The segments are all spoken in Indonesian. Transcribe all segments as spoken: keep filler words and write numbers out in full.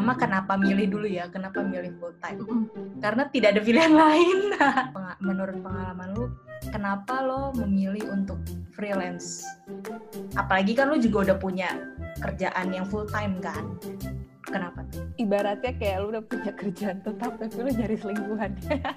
Pertama, kenapa milih dulu ya? Kenapa milih full time? Karena tidak ada pilihan lain. Menurut pengalaman lu, kenapa lo memilih untuk freelance? Apalagi kan lu juga udah punya kerjaan yang full time kan? Kenapa tuh? Ibaratnya kayak lu udah punya kerjaan tetap tapi lu nyari selingkuhan.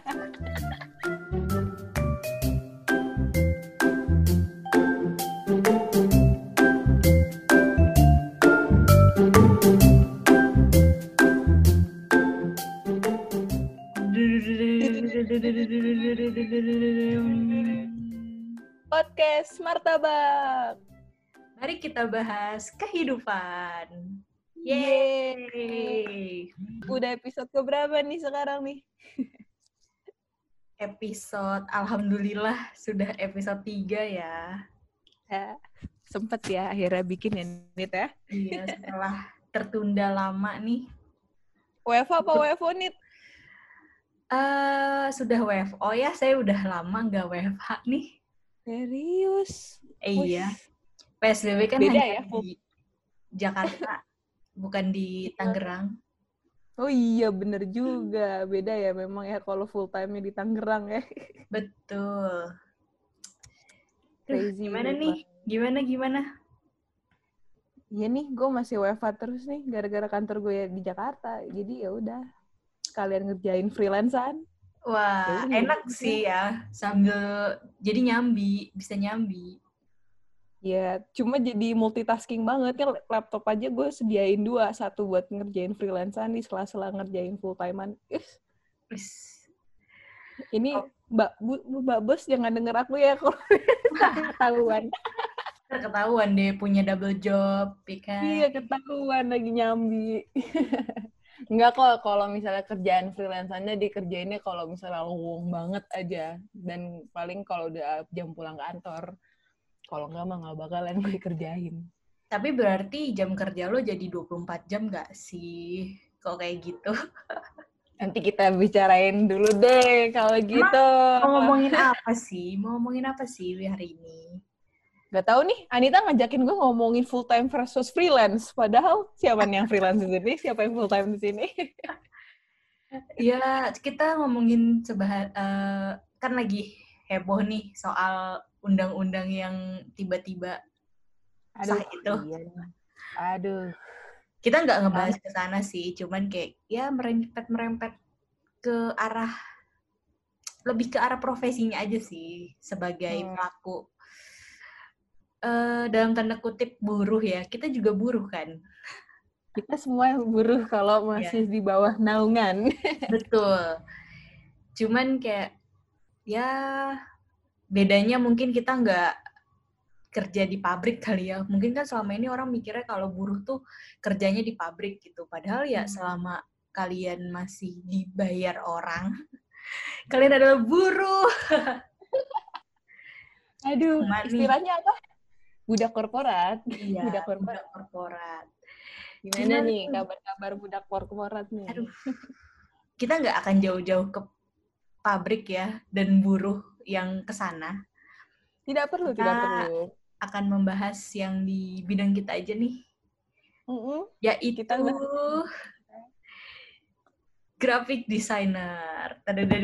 Podcast Martabak. Mari kita bahas kehidupan. Yeay. Yeay. Udah episode keberapa nih sekarang nih? Episode, alhamdulillah sudah episode tiga ya. Ya, sempet ya akhirnya bikin ini ya. Iya, setelah tertunda lama nih. W F H apa W F O nih? Uh, sudah W F O ya, saya udah lama nggak W F H nih. Serius? Eh, iya. P S B B kan beda hanya ya, di Jakarta, bukan di Tangerang. Oh iya, bener juga. Beda ya memang ya kalau full time-nya di Tangerang ya. Betul. Crazy. Gimana nih? Gimana, gimana? Iya nih, gue masih W F H terus nih, gara-gara kantor gue ya di Jakarta. Jadi ya udah, sekalian ngerjain freelance-an. Wah, Yaudah, enak gitu. sih ya. Sambil jadi nyambi, bisa nyambi. Ya, cuma jadi multitasking banget. Kan laptop aja gue sediain dua. Satu buat ngerjain freelance-an, di sela-sela ngerjain full-time-an. Ini oh. Mbak, Bu, Mbak Bos jangan denger aku ya kalau ketahuan. Ketahuan deh punya double job, ya kan? Iya, ketahuan lagi nyambi. Enggak kok, kalau misalnya kerjaan freelance-annya dikerjainnya kalau misalnya luang banget aja. Dan paling kalau udah jam pulang kantor. Kalau enggak mah nggak bakalan gue kerjain. Tapi berarti jam kerja lo jadi dua puluh empat jam nggak sih? Kok kayak gitu? Nanti kita bicarain dulu deh kalau gitu. Mau ngomongin apa sih? Mau ngomongin apa sih hari ini? Gak tahu nih, Anita ngajakin gue ngomongin full time versus freelance. Padahal siapa nih yang freelance di sini? Siapa yang full time di sini? Ya, kita ngomongin sebahas uh, kan lagi heboh nih soal undang-undang yang tiba-tiba Aduh, sah itu. Iya. Aduh. Kita nggak ngebahas ke sana sih, cuman kayak ya merempet-merempet ke arah lebih ke arah profesinya aja sih sebagai hmm. pelaku. Uh, dalam tanda kutip buruh ya, kita juga buruh kan? Kita semua buruh kalau masih ya. Di bawah naungan. Betul. Cuman kayak ya bedanya mungkin kita nggak kerja di pabrik kali ya. Mungkin kan selama ini orang mikirnya kalau buruh tuh kerjanya di pabrik gitu. Padahal ya selama kalian masih dibayar orang, kalian adalah buruh. Aduh, istilahnya apa? Budak korporat. Iya, budak korporat. Budak korporat. Gimana, Gimana nih kabar-kabar budak korporat nih? Aduh, kita nggak akan jauh-jauh ke pabrik ya dan buruh yang ke sana. Tidak perlu, kita tidak perlu. Akan membahas yang di bidang kita aja nih. Uh-uh. Yaitu kita graphic designer.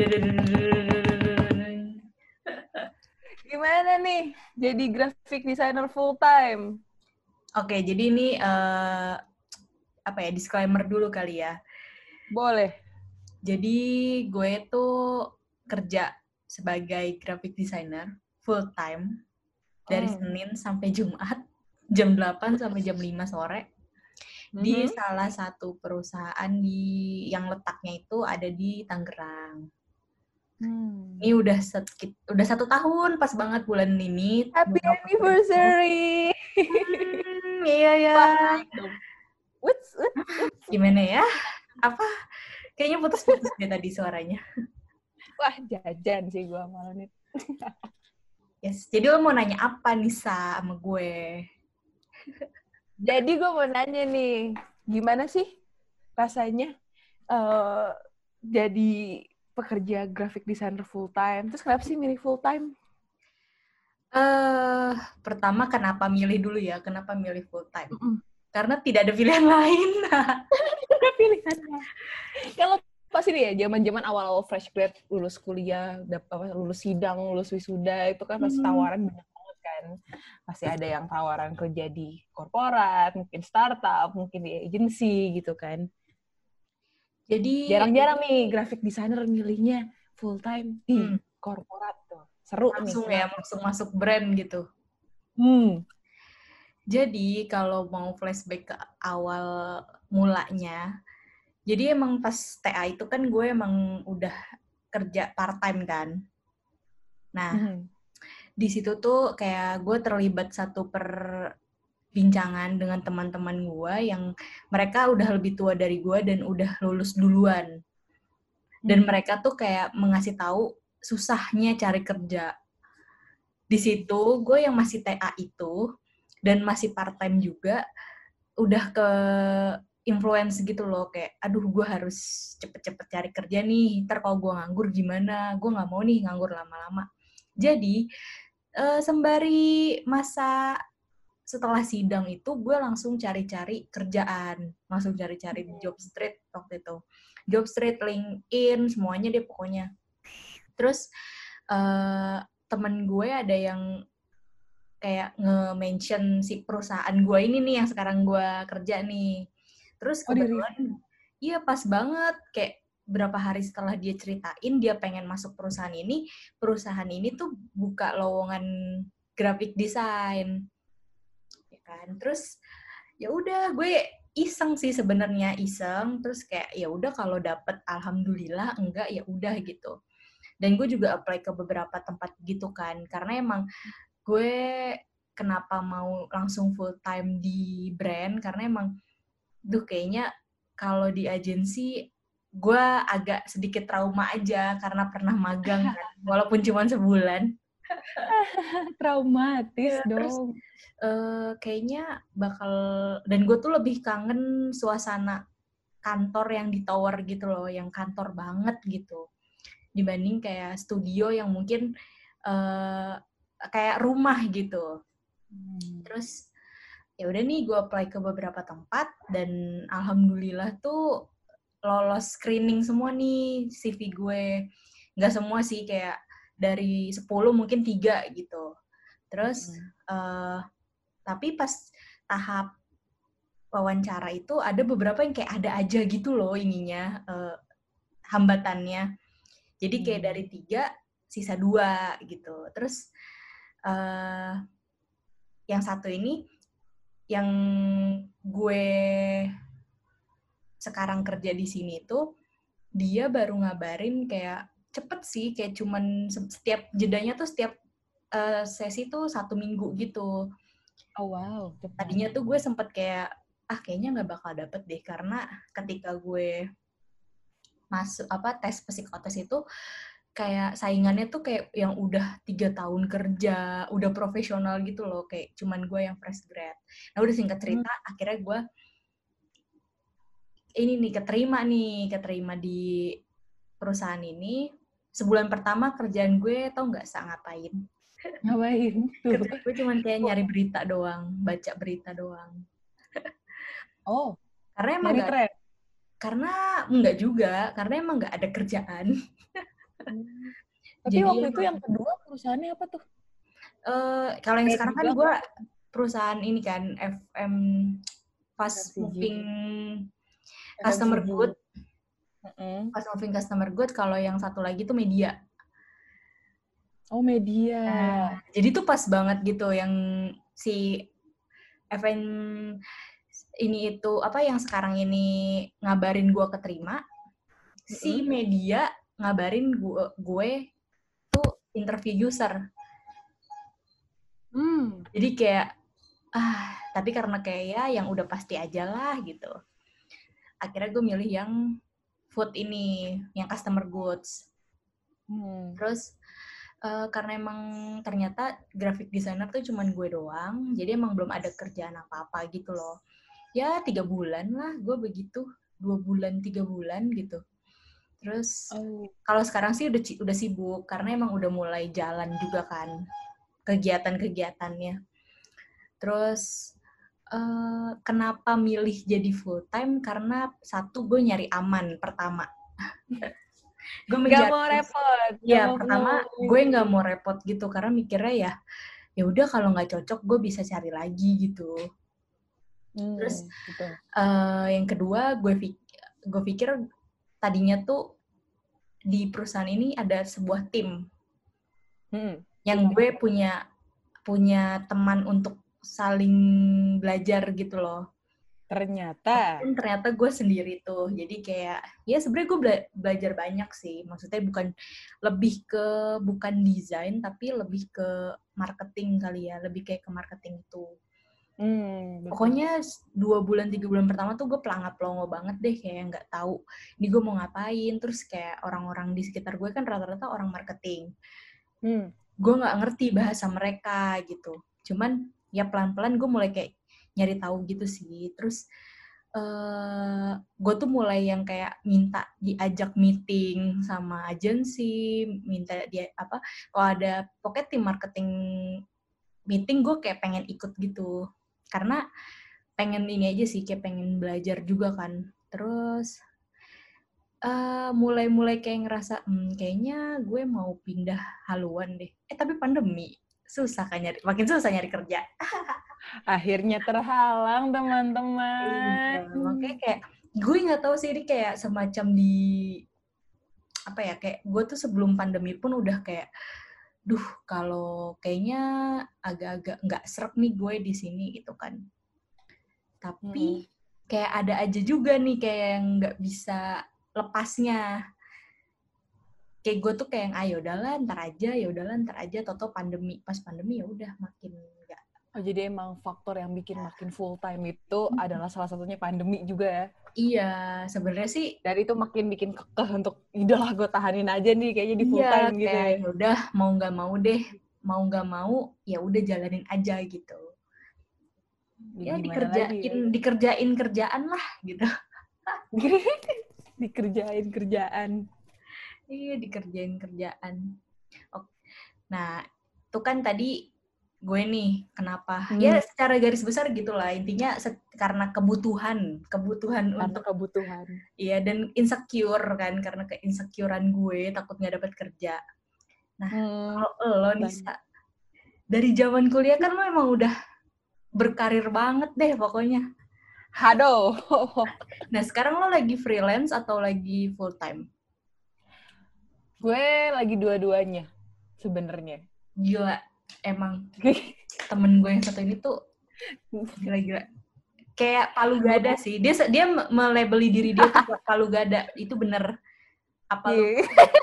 Gimana nih jadi graphic designer full time? Oke, jadi ini uh, apa ya, disclaimer dulu kali ya. Boleh. Jadi gue tuh kerja sebagai graphic designer full time dari hmm. Senin sampai Jumat jam delapan sampai jam lima sore mm-hmm. di salah satu perusahaan di yang letaknya itu ada di Tangerang. Hmm. Ini udah sekit, udah satu tahun pas banget bulan ini. Happy anniversary. Hmm, iya ya. What's, what's, what's. Gimana ya? Apa? Kayaknya putus-putus deh tadi suaranya. Wah, jajan sih gue malah nih. Yes. Jadi lo mau nanya apa nih Sa sama gue? Jadi gue mau nanya nih, gimana sih rasanya uh, jadi pekerja graphic designer full time? Terus kenapa sih milih full time? Uh, pertama kenapa milih dulu ya? Kenapa milih full time? Mm-mm. Karena tidak ada pilihan lain. ada pilihannya. Kalau pasti nih ya, zaman-zaman awal-awal fresh grad, lulus kuliah, dap- apa, lulus sidang, lulus wisuda, itu kan pasti tawaran banyak banget kan. Pasti ada yang tawaran kerja di korporat, mungkin startup, mungkin di agency gitu kan. Jadi Jarang-jarang nih graphic designer milihnya full time di hmm, korporat tuh. Seru nih, langsung ya kenapa? langsung masuk brand gitu. Hmm. Jadi kalau mau flashback ke awal mulanya, jadi emang pas T A itu kan gue emang udah kerja part time kan. Nah, Mm-hmm. di situ tuh kayak gue terlibat satu perbincangan dengan teman-teman gue yang mereka udah lebih tua dari gue dan udah lulus duluan. Dan Hmm. mereka tuh kayak mengasih tahu susahnya cari kerja. Di situ gue yang masih T A itu dan masih part time juga udah ke influence gitu loh, kayak aduh gue harus cepet-cepet cari kerja nih, ntar kalau gue nganggur gimana, gue nggak mau nih nganggur lama-lama. Jadi uh, sembari masa setelah sidang itu gue langsung cari-cari kerjaan, langsung cari-cari di job street waktu itu, job street, LinkedIn, semuanya deh pokoknya. Terus uh, temen gue ada yang kayak nge-mention si perusahaan gue ini nih yang sekarang gue kerja nih. Terus kebetulan, oh, iya pas banget, kayak berapa hari setelah dia ceritain dia pengen masuk perusahaan ini, perusahaan ini tuh buka lowongan graphic design, ya kan. Terus ya udah gue iseng sih sebenarnya iseng, terus kayak ya udah kalau dapet alhamdulillah, enggak ya udah gitu. Dan gue juga apply ke beberapa tempat gitu kan, karena emang gue kenapa mau langsung full time di brand, karena emang duh kayaknya kalau di agensi gue agak sedikit trauma aja karena pernah magang kan, walaupun cuma sebulan. Traumatis Ya, terus dong. uh, kayaknya bakal, dan gue tuh lebih kangen suasana kantor yang di tower gitu loh, yang kantor banget gitu, dibanding kayak studio yang mungkin uh, kayak rumah gitu. Hmm. Terus ya udah nih gue apply ke beberapa tempat dan alhamdulillah tuh lolos screening semua nih C V gue. Nggak semua sih, kayak dari sepuluh mungkin tiga gitu. Terus hmm. uh, tapi pas tahap wawancara itu ada beberapa yang kayak ada aja gitu loh ininya, uh, hambatannya. Jadi kayak hmm. dari tiga sisa dua gitu. Terus uh, yang satu ini yang gue sekarang kerja di sini tuh dia baru ngabarin kayak cepet sih, kayak cuman setiap jedanya tuh setiap uh, sesi tuh satu minggu gitu. Oh wow. Tadinya tuh gue sempet kayak ah kayaknya nggak bakal dapet deh, karena ketika gue masuk apa tes psikotes itu kayak saingannya tuh kayak yang udah tiga tahun kerja, udah profesional gitu loh, kayak cuman gue yang fresh grad. Nah udah singkat cerita, hmm. akhirnya gue ini nih keterima nih, keterima di perusahaan ini. Sebulan pertama kerjaan gue tau nggak sa ngapain? Ngapain tuh? Kerjaan gue cuman kayak nyari berita doang, baca berita doang. Oh, karena emang nggak, karena enggak juga, karena emang nggak ada kerjaan. Hmm. Tapi Jadi waktu emang, itu yang kedua perusahaannya apa tuh? Uh, kalau yang eh, sekarang kan gue perusahaan ini kan F M fast moving customer good. Mm-hmm. Fast moving customer good. Kalau yang satu lagi tuh media. Oh media. Nah, jadi tuh pas banget gitu yang si F M ini itu apa yang sekarang ini ngabarin gue keterima, mm-hmm. si media ngabarin gue gue tuh interview user. Hmm. Jadi kayak ah tapi karena kayak ya yang udah pasti aja lah gitu. Akhirnya gue milih yang food ini, yang customer goods. Hmm. Terus uh, karena emang ternyata graphic designer tuh cuman gue doang, jadi emang belum ada kerjaan apa-apa gitu loh. Ya tiga bulan lah gue begitu, dua bulan, tiga bulan gitu. Terus oh. kalau sekarang sih udah udah sibuk karena emang udah mulai jalan juga kan kegiatan-kegiatannya. Terus Uh, kenapa milih jadi full time? Karena satu, gue nyari aman pertama. Gue Gak mau repot. Ya pertama gue nggak mau repot gitu karena mikirnya ya ya udah kalau nggak cocok gue bisa cari lagi gitu. Hmm, Terus gitu. Uh, yang kedua gue pikir, gue pikir tadinya tuh di perusahaan ini ada sebuah tim hmm. yang gue punya punya teman untuk saling belajar gitu loh. Ternyata. Tapi ternyata gue sendiri tuh. Jadi kayak, ya sebenarnya gue bela- belajar banyak sih. Maksudnya bukan lebih ke, bukan desain, tapi lebih ke marketing kali ya. Lebih kayak ke marketing itu. Hmm, Pokoknya dua bulan, tiga bulan pertama tuh gue pelangap-pelongo banget deh. Kayak nggak tahu ini gue mau ngapain. Terus kayak orang-orang di sekitar gue kan rata-rata orang marketing. Hmm. Gue nggak ngerti bahasa mereka gitu. Cuman ya pelan-pelan gue mulai kayak nyari tahu gitu sih. Terus uh, gue tuh mulai yang kayak minta diajak meeting sama agensi, minta dia apa, kalau ada pokoknya tim marketing meeting gue kayak pengen ikut gitu. Karena pengen ini aja sih, kayak pengen belajar juga kan. Terus Uh, mulai-mulai kayak ngerasa, hmm, kayaknya gue mau pindah haluan deh. Eh, tapi pandemi. Susah kan nyari, makin susah nyari kerja. Akhirnya terhalang, teman-teman. Iya, makanya kayak, gue nggak tahu sih, ini kayak semacam di, apa ya, kayak gue tuh sebelum pandemi pun udah kayak, duh, kalau kayaknya agak-agak nggak srek nih gue di sini gitu kan. Tapi, hmm. kayak ada aja juga nih kayak yang nggak bisa lepasnya. Kayak gue tuh kayak ayo udahlah ntar aja ya udahlah ntar aja toto pandemi pas pandemi ya udah makin enggak. Oh jadi emang faktor yang bikin ya. makin full time itu hmm. adalah salah satunya pandemi juga ya? Iya sebenarnya sih. Dari itu makin bikin kekeh untuk udahlah gue tahanin aja nih kayaknya di full time iya, gitu ya. Ya udah mau nggak mau deh mau nggak mau ya udah jalanin aja gitu. Ya, ya dikerjain ya? dikerjain kerjaan lah gitu. dikerjain kerjaan. Iya dikerjain kerjaan. Oke. Nah itu kan tadi gue nih kenapa hmm. ya secara garis besar gitulah intinya se- karena kebutuhan kebutuhan karena untuk kebutuhan iya dan insecure kan karena keinsecurean gue takut nggak dapat kerja. Nah hmm. kalau lo nih dari zaman kuliah kan lo emang udah berkarir banget deh pokoknya. Hado. Nah sekarang lo lagi freelance atau lagi full time? Gue lagi dua-duanya sebenarnya. Gila, emang temen gue yang satu ini tuh gila-gila. Kayak palu gada sih. Dia dia melabeli diri dia tuh palu gada. Itu bener. Apa lu?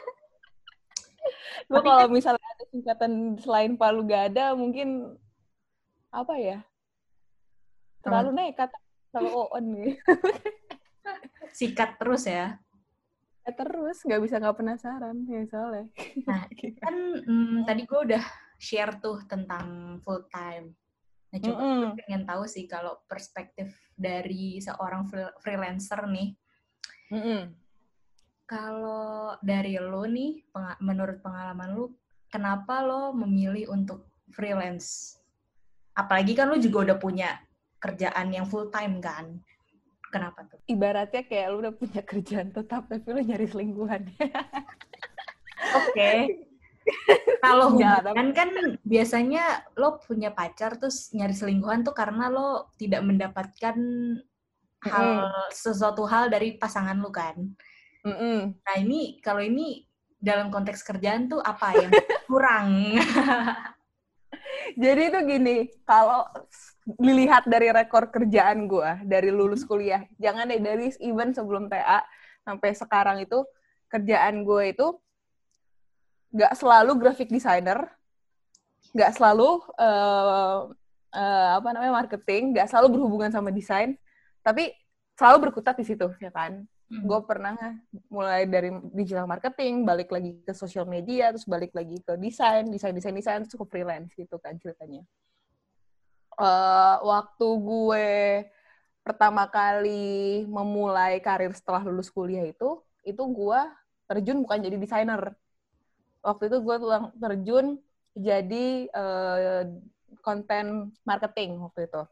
Gue kalau kan, misalnya ada singkatan selain palu gada, mungkin apa ya? Terlalu nekat, terlalu on nih. Sikat terus ya? Ya terus, nggak bisa nggak penasaran ya soalnya. Nah, kan hmm, tadi gue udah share tuh tentang full time. Nah, coba mm-hmm. gue pengen tahu sih kalau perspektif dari seorang freelancer nih. Mm-hmm. Kalau dari lo nih, peng- menurut pengalaman lo, kenapa lo memilih untuk freelance? Apalagi kan lo juga udah punya kerjaan yang full time kan? Kenapa tuh? Ibaratnya kayak lo udah punya kerjaan tetap, tapi lo nyari selingkuhan. Oke. Okay. Kalau hubungan kan biasanya lo punya pacar terus nyari selingkuhan tuh karena lo tidak mendapatkan mm-hmm. hal sesuatu hal dari pasangan lo kan. Mm-hmm. Nah ini kalau ini dalam konteks kerjaan tuh apa yang kurang? Jadi itu gini, kalau dilihat dari rekor kerjaan gue dari lulus kuliah, jangan deh dari even sebelum T A sampai sekarang itu kerjaan gue itu nggak selalu graphic designer, nggak selalu uh, uh, apa namanya marketing, nggak selalu berhubungan sama desain, tapi selalu berkutat di situ, ya kan? Hmm. Gue pernah mulai dari digital marketing, balik lagi ke social media, terus balik lagi ke desain, desain, desain, desain, terus ke freelance gitu kan ceritanya. Uh, waktu gue pertama kali memulai karir setelah lulus kuliah itu, itu gue terjun bukan jadi desainer. Waktu itu gue terjun jadi uh, content marketing waktu itu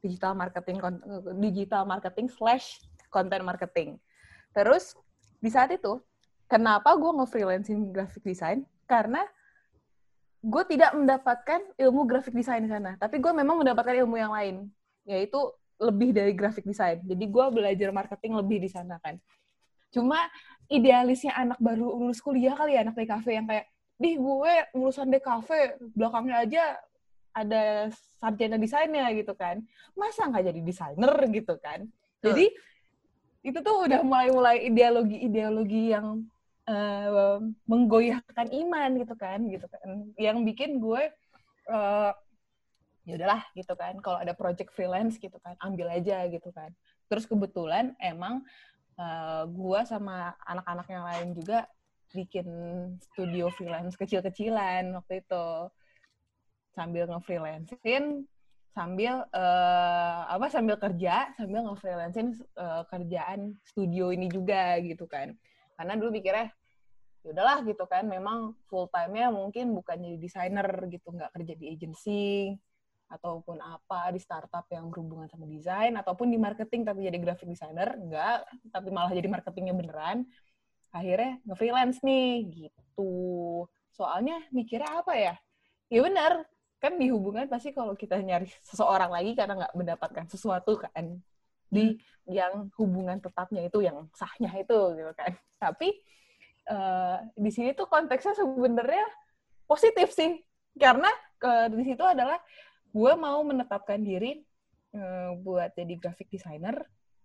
digital marketing digital marketing slash content marketing. Terus di saat itu kenapa gue nge-freelancing graphic design? Karena gue tidak mendapatkan ilmu graphic design di sana, tapi gue memang mendapatkan ilmu yang lain, yaitu lebih dari graphic design. Jadi gue belajar marketing lebih di sana kan. Cuma idealisnya anak baru lulus kuliah kali ya, anak D K V yang kayak, "Dih, gue lulusan D K V, belakangnya aja ada sarjana desainnya," gitu kan. Masa nggak jadi desainer gitu kan. Tuh. Jadi itu tuh udah mulai-mulai ideologi-ideologi yang uh, menggoyahkan iman gitu kan, gitu kan. Yang bikin gue uh, ya udahlah gitu kan, kalau ada project freelance gitu kan, ambil aja gitu kan. Terus kebetulan emang uh, gue sama anak-anak yang lain juga bikin studio freelance kecil-kecilan waktu itu, sambil nge-freelancein, sambil uh, apa sambil kerja, sambil nge-freelancein uh, kerjaan studio ini juga gitu kan. Karena dulu pikirnya ya udahlah gitu kan, memang full time-nya mungkin bukan jadi desainer gitu, nggak kerja di agency ataupun apa di startup yang berhubungan sama desain, ataupun di marketing tapi jadi graphic designer, enggak, tapi malah jadi marketingnya beneran. Akhirnya nge-freelance nih, gitu. Soalnya mikirnya apa ya? Ya benar, kan di hubungan pasti kalau kita nyari seseorang lagi karena nggak mendapatkan sesuatu kan, di yang hubungan tetapnya itu, yang sahnya itu, gitu kan. Tapi uh, di sini tuh konteksnya sebenarnya positif sih, karena uh, di situ adalah gue mau menetapkan diri uh, buat jadi graphic designer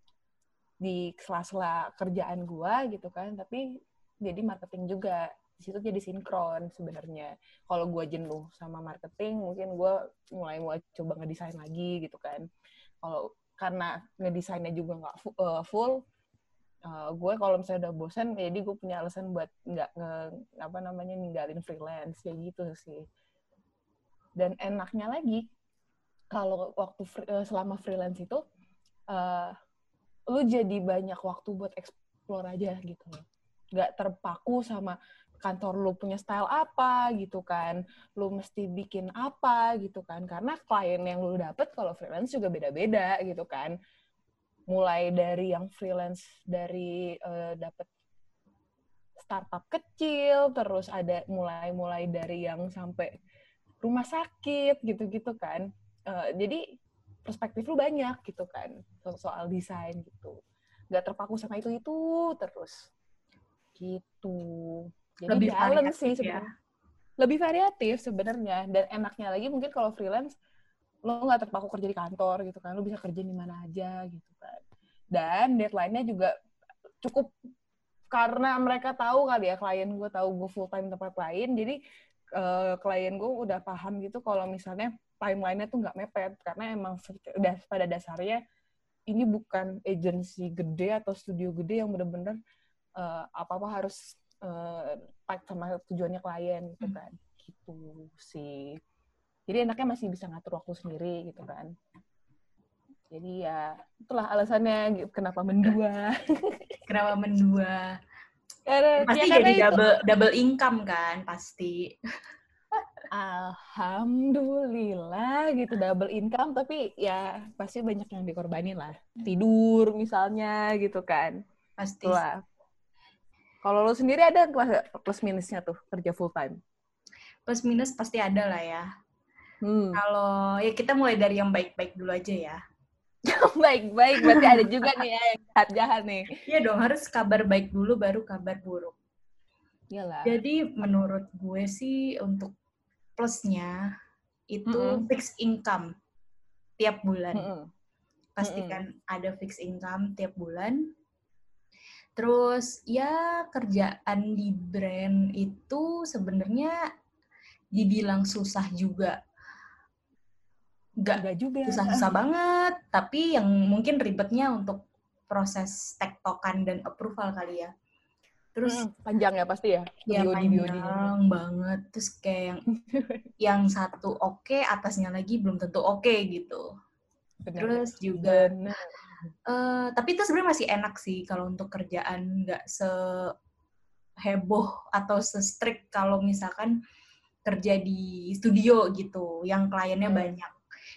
di sela-sela kerjaan gue gitu kan, tapi jadi marketing juga. Di situ jadi sinkron sebenarnya. Kalau gue jenuh sama marketing, mungkin gue mulai mau coba ngedesain lagi gitu kan. Kalau karena ngedesainnya juga nggak full, uh, full uh, gue kalau misalnya udah bosan, jadi gue punya alasan buat nggak nge, apa namanya ninggalin freelance kayak gitu sih. Dan enaknya lagi, kalau waktu free, selama freelance itu, uh, lu jadi banyak waktu buat explore aja gitu loh. Nggak terpaku sama kantor lu punya style apa gitu kan. Lu mesti bikin apa gitu kan. Karena klien yang lu dapet kalau freelance juga beda-beda gitu kan. Mulai dari yang freelance dari uh, dapet startup kecil, terus ada mulai-mulai dari yang sampai rumah sakit gitu-gitu kan. Uh, jadi perspektif lu banyak gitu kan soal desain gitu, nggak terpaku sama itu itu terus gitu. Jadi lebih balance sih ya. sebenarnya, lebih variatif sebenarnya. Dan enaknya lagi mungkin kalau freelance lo nggak terpaku kerja di kantor gitu kan, lo bisa kerja di mana aja gitu kan. Dan deadline-nya juga cukup, karena mereka tahu kali ya, klien gue tahu gue full time tempat lain, jadi uh, klien gue udah paham gitu kalau misalnya timeline-nya tuh nggak mepet, karena emang udah pada dasarnya ini bukan agensi gede atau studio gede yang benar-benar uh, apa-apa harus uh, tight sama tujuannya klien gitu kan. Gitu sih. Jadi enaknya masih bisa ngatur waktu sendiri gitu kan. Jadi ya itulah alasannya kenapa mendua. Kenapa mendua? Karena, pasti ya jadi itu, double double income kan pasti. Alhamdulillah gitu, double income, tapi ya pasti banyak yang dikorbanin lah. Tidur misalnya gitu kan. Pasti. Kalau lo sendiri ada plus minusnya tuh kerja full time? Plus minus pasti ada lah ya. Hmm. Kalau ya kita mulai dari yang baik-baik dulu aja ya. Baik-baik, berarti ada juga nih ya yang jahat-jahat nih. Iya dong, harus kabar baik dulu baru kabar buruk. Iyalah. Jadi menurut gue sih untuk plusnya itu mm-hmm. fixed income tiap bulan. Mm-hmm. Pastikan mm-hmm. ada fixed income tiap bulan. Terus ya kerjaan di brand itu sebenarnya dibilang susah juga. Nggak juga susah-susah banget, tapi yang mungkin ribetnya untuk proses tektokan dan approval kali ya. Terus hmm, panjang ya pasti ya, ya panjang banget. Terus kayak yang yang satu oke, okay, atasnya lagi belum tentu oke okay, gitu. Benar. Terus juga uh, tapi itu sebenarnya masih enak sih kalau untuk kerjaan, nggak seheboh atau se-strict kalau misalkan kerja di studio gitu yang kliennya hmm. banyak.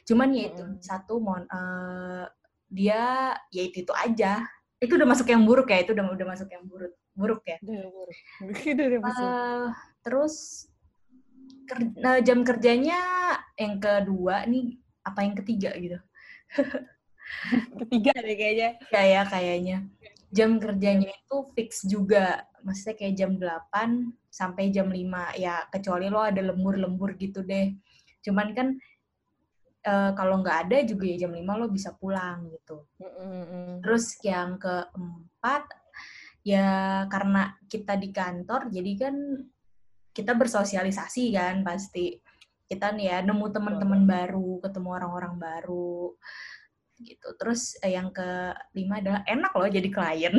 Cuman ya itu Mm-mm. satu mon uh, dia ya itu itu aja. Itu udah masuk yang buruk ya, itu udah udah masuk yang buruk buruk ya. Udah buruk. Udah udah masuk. Uh, terus ker, nah, jam kerjanya yang kedua nih apa yang ketiga gitu? Ketiga deh kayaknya. Kayak kayaknya jam kerjanya itu fix juga. Maksudnya kayak jam delapan sampai jam lima. Ya, kecuali lo ada lembur-lembur gitu deh. Cuman kan uh, kalau nggak ada juga ya jam lima lo bisa pulang gitu. Mm-mm. Terus yang keempat, ya karena kita di kantor, jadi kan kita bersosialisasi kan pasti. Kita nih ya nemu teman-teman baru, ketemu orang-orang baru gitu. Terus eh, yang kelima adalah enak loh jadi klien.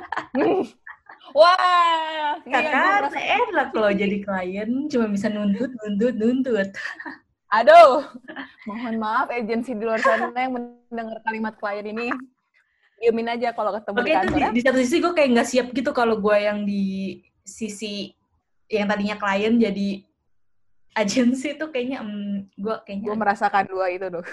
Wah, Kakak enak loh jadi klien, cuma bisa nuntut, nuntut, nuntut. Aduh, mohon maaf agensi di luar sana yang mendengar kalimat klien ini. Diemin aja kalau ketemu Oke, di kantor itu di, ya. di satu sisi gue kayak nggak siap gitu kalau gue yang di sisi yang tadinya klien jadi agensi tuh kayaknya um, gue kayaknya gue merasakan dua itu tuh.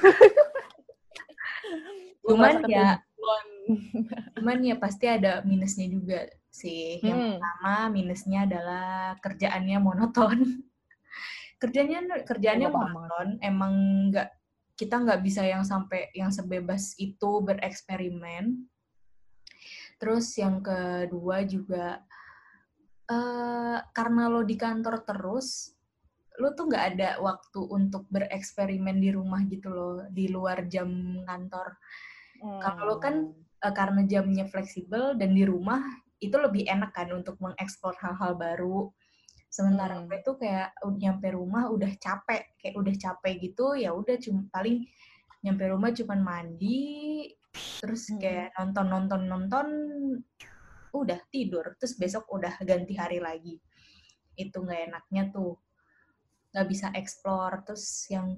cuman ya cuman ya pasti ada minusnya juga sih. Yang hmm. pertama minusnya adalah kerjaannya monoton. kerjanya kerjaannya oh, monoton, emang nggak kita nggak bisa yang sampai yang sebebas itu bereksperimen. Terus yang kedua juga uh, karena lo di kantor terus, lo tuh nggak ada waktu untuk bereksperimen di rumah gitu loh, di luar jam kantor. Hmm. Kalau lo kan uh, karena jamnya fleksibel dan di rumah itu lebih enak kan untuk mengeksplor hal-hal baru. Sementara hmm. gue tuh kayak nyampe rumah udah capek, kayak udah capek gitu, ya udah cuma paling nyampe rumah cuman mandi, terus kayak nonton-nonton-nonton, udah tidur, terus besok udah ganti hari lagi. Itu nggak enaknya tuh, nggak bisa explore. Terus yang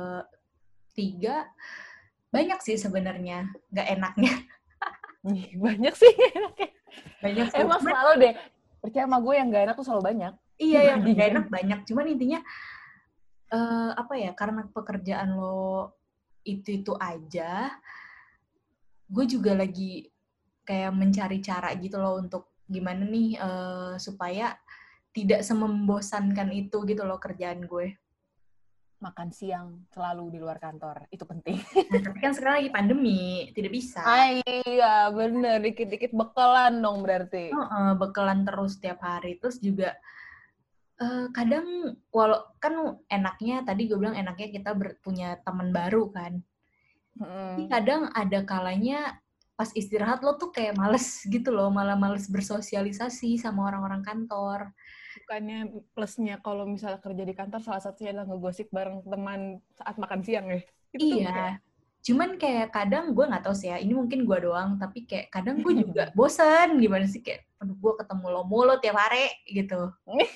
ketiga, banyak sih sebenarnya nggak enaknya. Banyak sih enaknya. Banyak sih. Emang cuman, selalu deh, percaya sama gue yang nggak enak tuh selalu banyak. Iya, yang nggak enak banyak. Cuman intinya, uh, apa ya, karena pekerjaan lo itu-itu aja, gue juga lagi kayak mencari cara gitu loh untuk gimana nih uh, supaya tidak semembosankan itu gitu loh kerjaan gue. Makan siang selalu di luar kantor, itu penting. Nah, tapi kan sekarang lagi pandemi, tidak bisa. Iya, bener. Dikit-dikit bekalan dong berarti. Uh, uh, bekalan terus tiap hari. Terus juga uh, kadang, walau kan enaknya, tadi gue bilang enaknya kita ber, punya teman baru kan. Hmm. Tapi kadang ada kalanya pas istirahat lo tuh kayak males gitu loh, malah males bersosialisasi sama orang-orang kantor. Bukannya plusnya kalau misalnya kerja di kantor salah satunya adalah ngegosip bareng teman saat makan siang ya? Itu iya, kayak... cuman kayak kadang gue nggak tahu sih ya, ini mungkin gue doang, tapi kayak kadang gue juga bosen gimana sih, kayak aduh gue ketemu lo mulu tiap hari gitu.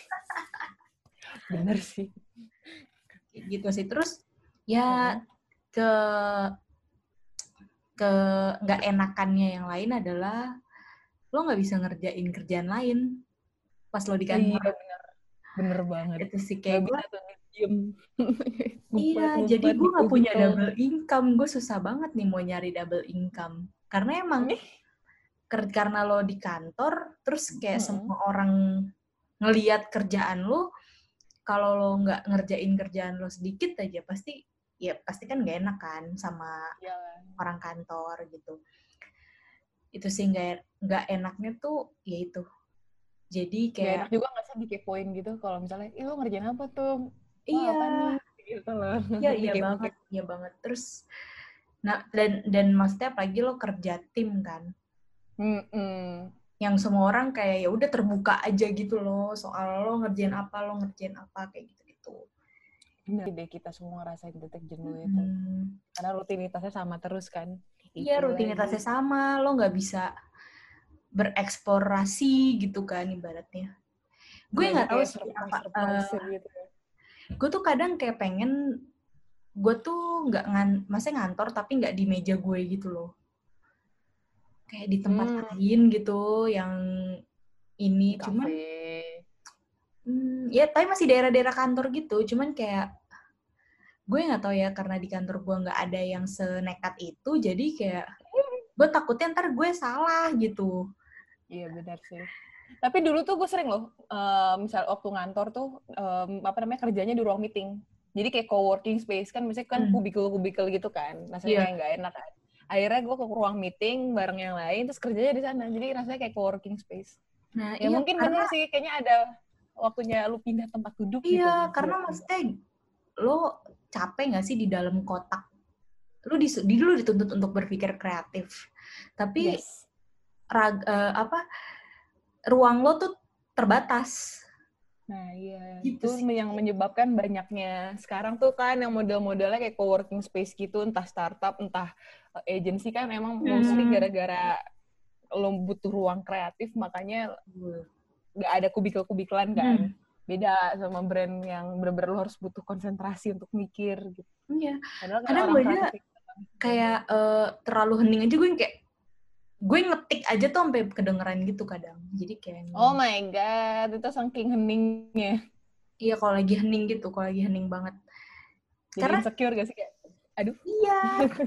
Bener sih. Gitu sih. Terus ya ke ke nggak enakannya yang lain adalah lo nggak bisa ngerjain kerjaan lain pas lo di kantor. Iya, bener. Bener banget. Itu sih kayak gue. Ngumpet, iya, ngumpet, jadi gue nggak punya double income. Gue susah banget nih mau nyari double income. Karena emang ker- karena lo di kantor, terus kayak mm-hmm. semua orang ngelihat kerjaan lo, kalau lo nggak ngerjain kerjaan lo sedikit aja, pasti ya pasti kan nggak enak kan sama yeah. orang kantor gitu. Itu sih nggak nggak enaknya tuh ya itu. Jadi kayak gak enak juga nggak sih dikepoin gitu kalau misalnya, ih lo ngerjain apa tuh? Iya, apa nih? Gitu loh. Iya iya banget, iya banget. Terus, nah dan dan maksudnya apalagi lo kerja tim kan, Mm-mm. yang semua orang kayak ya udah terbuka aja gitu loh soal lo ngerjain apa, lo ngerjain apa kayak gitu-gitu. Bener deh, kita semua ngerasain titik jenuh itu. Hmm. Karena rutinitasnya sama terus kan. Iya, rutinitasnya lagi. Sama, lo nggak bisa bereksplorasi gitu kan ibaratnya. Gue nggak tahu sih apa. Uh, gitu ya. Gue tuh kadang kayak pengen, gue tuh nggak ngan, maksudnya ngantor tapi nggak di meja gue gitu loh. Kayak di tempat hmm. lain gitu, yang ini. Cafe. Cuman, hmm, ya tapi masih daerah-daerah kantor gitu. Cuman kayak gue nggak tahu ya, karena di kantor gue nggak ada yang senekat itu, jadi kayak gue takutnya ntar gue salah gitu. Iya benar sih. Tapi dulu tuh gue sering loh, uh, misal waktu ngantor tuh, um, apa namanya, kerjanya di ruang meeting. Jadi kayak co-working space kan, misalnya kan Hmm. kubikel-kubikel gitu kan, rasanya Iya. kayak nggak enak kan. Akhirnya gue ke ruang meeting bareng yang lain, terus kerjanya di sana. Jadi rasanya kayak co-working space. Nah Ya iya, mungkin karena bener sih, kayaknya ada waktunya lu pindah tempat duduk gitu. iya, karena maksudnya lo capek nggak sih di dalam kotak? Lu di, di dulu dituntut untuk berpikir kreatif, tapi Yes. rag, uh, apa ruang lo tuh terbatas. Nah iya, Gitu itu sih. yang menyebabkan banyaknya sekarang tuh kan yang model-modelnya kayak co-working space gitu, entah startup, entah agency kan emang mostly Hmm. gara-gara lo butuh ruang kreatif, makanya nggak ada kubikel-kubikelan kan. Hmm. Beda sama brand yang bener-bener lo harus butuh konsentrasi untuk mikir gitu. Iya. Padahal kayak Kadang orang gue kreatif kayak uh, terlalu hening aja, gue kayak gue ngetik aja tuh sampai kedengeran gitu kadang. Jadi kayak oh my god, itu saking heningnya. Iya, kalau lagi hening gitu, kalau lagi hening banget. Jadi Karena insecure gak sih kayak, aduh. iya.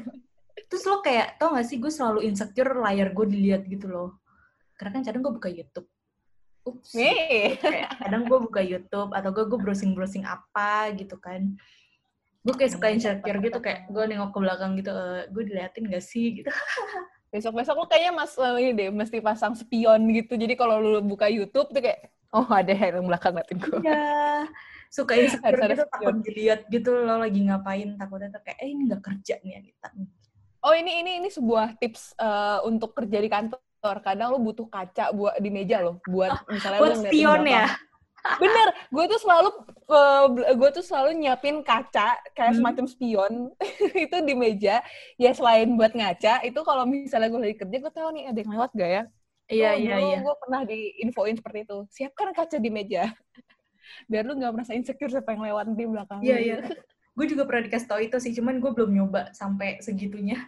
Terus lo kayak, tau gak sih, gue selalu insecure layar gue dilihat gitu loh. Karena kan kadang gue buka YouTube. Ups. Gitu. Kayak kadang gue buka YouTube, atau gue, gue browsing-browsing apa gitu kan. Gue kayak suka insecure gitu, kayak gue nengok ke belakang gitu, e, gue diliatin gak sih gitu. Besok-besok lo kayaknya mas ini deh, mesti pasang spion gitu. Jadi kalau lu buka YouTube tuh kayak, oh ada yang belakang ngeliatin gue. Iya. Suka insecure gitu, spion. takut dilihat gitu lo lagi ngapain. Takutnya tuh kayak, eh ini gak kerja nih Anita. Oh ini ini ini sebuah tips uh, untuk kerja di kantor. Kadang lu butuh kaca buat di meja lo, buat oh, misalnya buat lu ngeliatin spion belakang. Ya? Bener, gue tuh selalu uh, gue tuh selalu nyiapin kaca kayak Hmm. semacam spion itu di meja. Ya selain buat ngaca, itu kalau misalnya gue lagi kerja, gue tahu nih ada yang lewat gak ya? Iya, oh, iya, dulu iya. gue pernah diinfoin seperti itu. Siapkan kaca di meja. Biar lu gak merasa insecure siapa yang lewat di belakang. Iya, iya. Gue juga pernah dikasih tau itu sih, cuman gue belum nyoba sampai segitunya.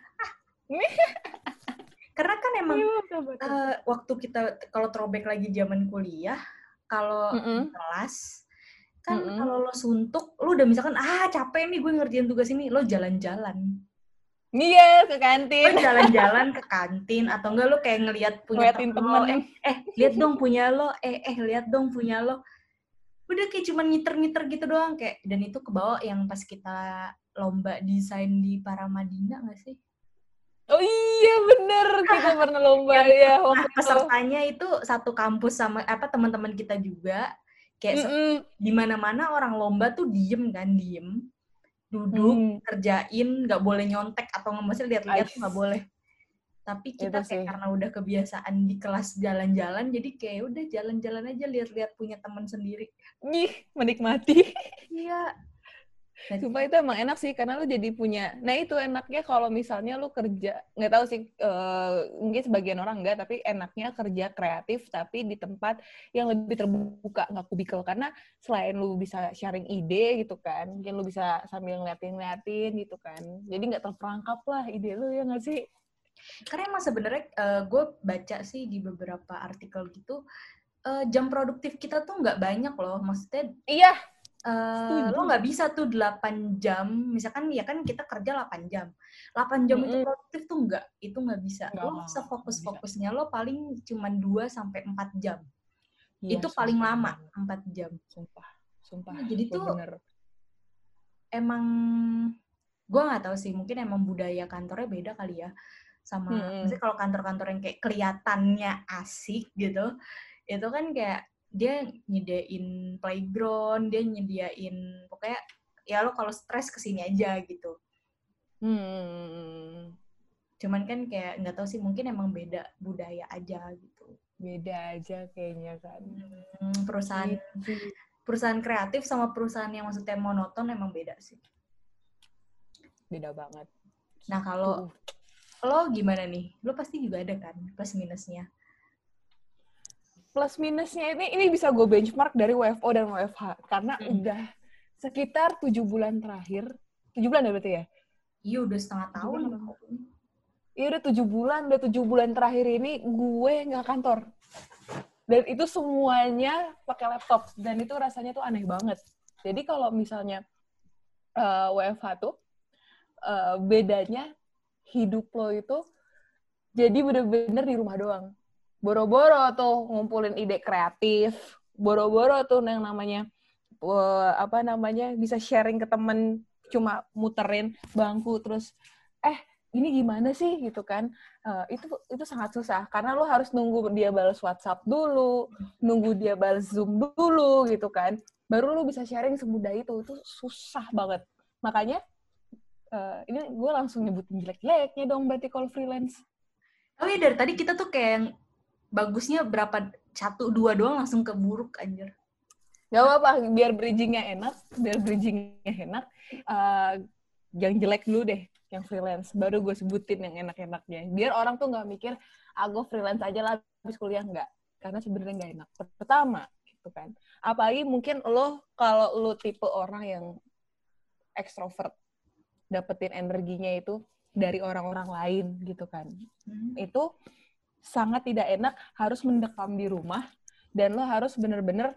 Karena kan emang uh, waktu kita, kalau throwback lagi zaman kuliah, kalau Mm-mm. di kelas, kan Mm-mm. kalau lo suntuk, lo udah misalkan, ah capek nih gue ngerjain tugas ini, lo jalan-jalan. Iya, ke kantin. Lo jalan-jalan ke kantin, atau enggak lo kayak ngelihat punya temen, temen lo, eh, eh lihat dong punya lo, eh, eh lihat dong punya lo. Udah kayak cuman ngiter-ngiter gitu doang, kayak, dan itu kebawa yang pas kita lomba desain di Paramadina nggak sih? Oh iya bener, kita pernah lomba ya waktu nah, pesertanya itu satu kampus sama apa teman-teman kita juga, kayak Mm-mm. di mana-mana orang lomba tuh diem kan, diem, duduk, mm. kerjain, nggak boleh nyontek atau nge-mail lihat-lihat tuh nggak boleh. Tapi kita itu kayak sih. karena udah kebiasaan di kelas jalan-jalan, jadi kayak udah jalan-jalan aja, lihat-lihat punya teman sendiri. Ih, menikmati. Iya. Sumpah itu emang enak sih, karena lu jadi punya, nah itu enaknya kalau misalnya lu kerja, nggak tahu sih, uh, mungkin sebagian orang enggak, tapi enaknya kerja kreatif, tapi di tempat yang lebih terbuka, nggak kubikel, karena selain lu bisa sharing ide gitu kan, mungkin lu bisa sambil ngeliatin-ngeliatin gitu kan, jadi nggak terperangkap lah ide lu, ya nggak sih? Karena emang sebenarnya uh, gue baca sih di beberapa artikel gitu, uh, jam produktif kita tuh nggak banyak loh, maksudnya iya. Uh, lo nggak bisa tuh delapan jam, misalkan ya kan kita kerja delapan jam. delapan jam mm-hmm. itu produktif tuh nggak, itu nggak bisa. Nggak, lo sefokus-fokusnya lo paling cuma dua sampai empat jam. Ya, itu sumpah, paling lama, empat jam. Sumpah, sumpah. Nah, jadi tuh bener. Emang gue nggak tahu sih, mungkin emang budaya kantornya beda kali ya. Sama, hmm. maksudnya kalau kantor-kantor yang kayak kelihatannya asik gitu, itu kan kayak dia nyediain playground, dia nyediain pokoknya ya lo kalau stres kesini aja gitu. Hmm. Cuman kan kayak nggak tahu sih, mungkin emang beda budaya aja gitu. Beda aja kayaknya kan. Hmm, perusahaan gitu. Perusahaan kreatif sama perusahaan yang maksudnya monoton emang beda sih. Beda banget. Nah kalau lo gimana nih? Lo pasti juga ada kan plus minusnya. Plus minusnya ini ini bisa gue benchmark dari W F O dan W F H karena hmm. udah sekitar tujuh bulan terakhir, tujuh bulan ya berarti ya? Iya udah setengah tahun. Iya udah tujuh bulan, udah tujuh bulan terakhir ini gue nggak kantor. Dan itu semuanya pakai laptop dan itu rasanya tuh aneh banget. Jadi kalau misalnya uh, W F H tuh uh, bedanya hidup lo itu jadi bener-bener di rumah doang. Boro-boro tuh ngumpulin ide kreatif, boro-boro tuh yang namanya uh, apa namanya bisa sharing ke temen, cuma muterin bangku terus eh ini gimana sih gitu kan. Uh, itu itu sangat susah karena lo harus nunggu dia balas WhatsApp dulu, nunggu dia balas Zoom dulu gitu kan. Baru lo bisa sharing semudah itu. Itu susah banget. Makanya uh, ini gue langsung nyebutin jelek-jeleknya dong berarti kalau freelance. Oh iya, dari tadi kita tuh kayak yang bagusnya berapa, satu, dua doang langsung ke buruk, anjir. Gak apa-apa, biar bridging-nya enak, biar bridging-nya enak, uh, yang jelek dulu deh, yang freelance. Baru gue sebutin yang enak-enaknya. Biar orang tuh gak mikir, ah gue freelance aja lah, habis kuliah. Enggak. Karena sebenarnya gak enak. Pertama, gitu kan. Apalagi mungkin lo, kalau lo tipe orang yang extrovert, dapetin energinya itu dari orang-orang lain, gitu kan. Hmm. Itu sangat tidak enak, harus mendekam di rumah, dan lo harus bener-bener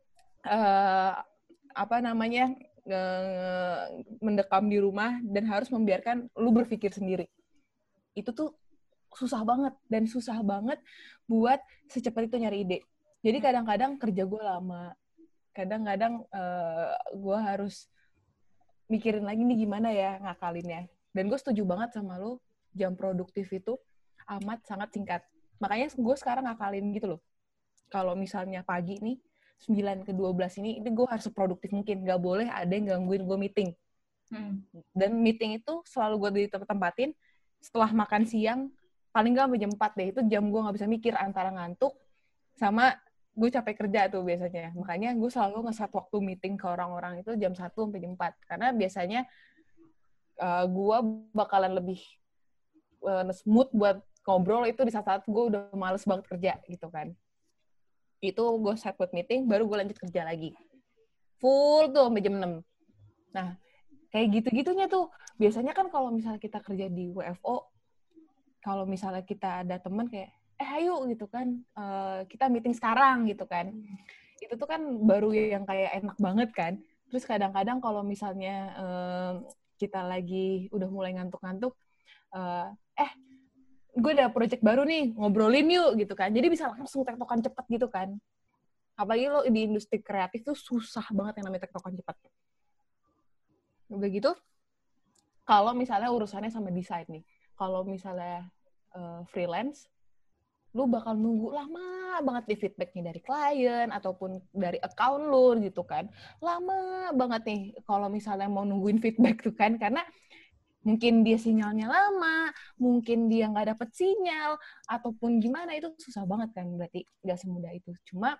Uh, apa namanya uh, mendekam di rumah dan harus membiarkan lu berpikir sendiri. Itu tuh susah banget dan susah banget buat secepat itu nyari ide. Jadi kadang-kadang kerja gue lama, kadang-kadang uh, gue harus mikirin lagi nih gimana ya ngakalinnya. Dan gue setuju banget sama lu, jam produktif itu amat sangat singkat. Makanya gue sekarang ngakalin gitu loh. Kalau misalnya pagi nih sembilan ke dua belas ini, ini gue harus seproduktif mungkin. Gak boleh ada yang gangguin gue meeting. Hmm. Dan meeting itu selalu gue ditempatin setelah makan siang, paling gak sampai jam empat deh. Itu jam gue gak bisa mikir antara ngantuk sama gue capek kerja tuh biasanya. Makanya gue selalu nge-set waktu meeting ke orang-orang itu jam satu sampai jam empat. Karena biasanya uh, gue bakalan lebih uh, smooth buat ngobrol itu di saat-saat gue udah males banget kerja gitu kan. Itu gue set buat meeting, baru gue lanjut kerja lagi. Full tuh sampai jam enam. Nah, kayak gitu-gitunya tuh. Biasanya kan kalau misalnya kita kerja di W F O, kalau misalnya kita ada teman kayak, eh ayo gitu kan, uh, kita meeting sekarang gitu kan. Itu tuh kan baru yang kayak enak banget kan. Terus kadang-kadang kalau misalnya uh, kita lagi udah mulai ngantuk-ngantuk, uh, eh gue ada project baru nih, ngobrolin yuk gitu kan. Jadi bisa langsung tektokan cepet gitu kan. Apalagi lo di industri kreatif tuh susah banget yang namanya tektokan cepet. Udah gitu, kalau misalnya urusannya sama desain nih. Kalau misalnya uh, freelance, lu bakal nunggu lama banget di feedbacknya dari klien ataupun dari account lu gitu kan. Lama banget nih kalau misalnya mau nungguin feedback tuh kan. Karena mungkin dia sinyalnya lama, mungkin dia nggak dapet sinyal, ataupun gimana, itu susah banget kan, berarti nggak semudah itu. Cuma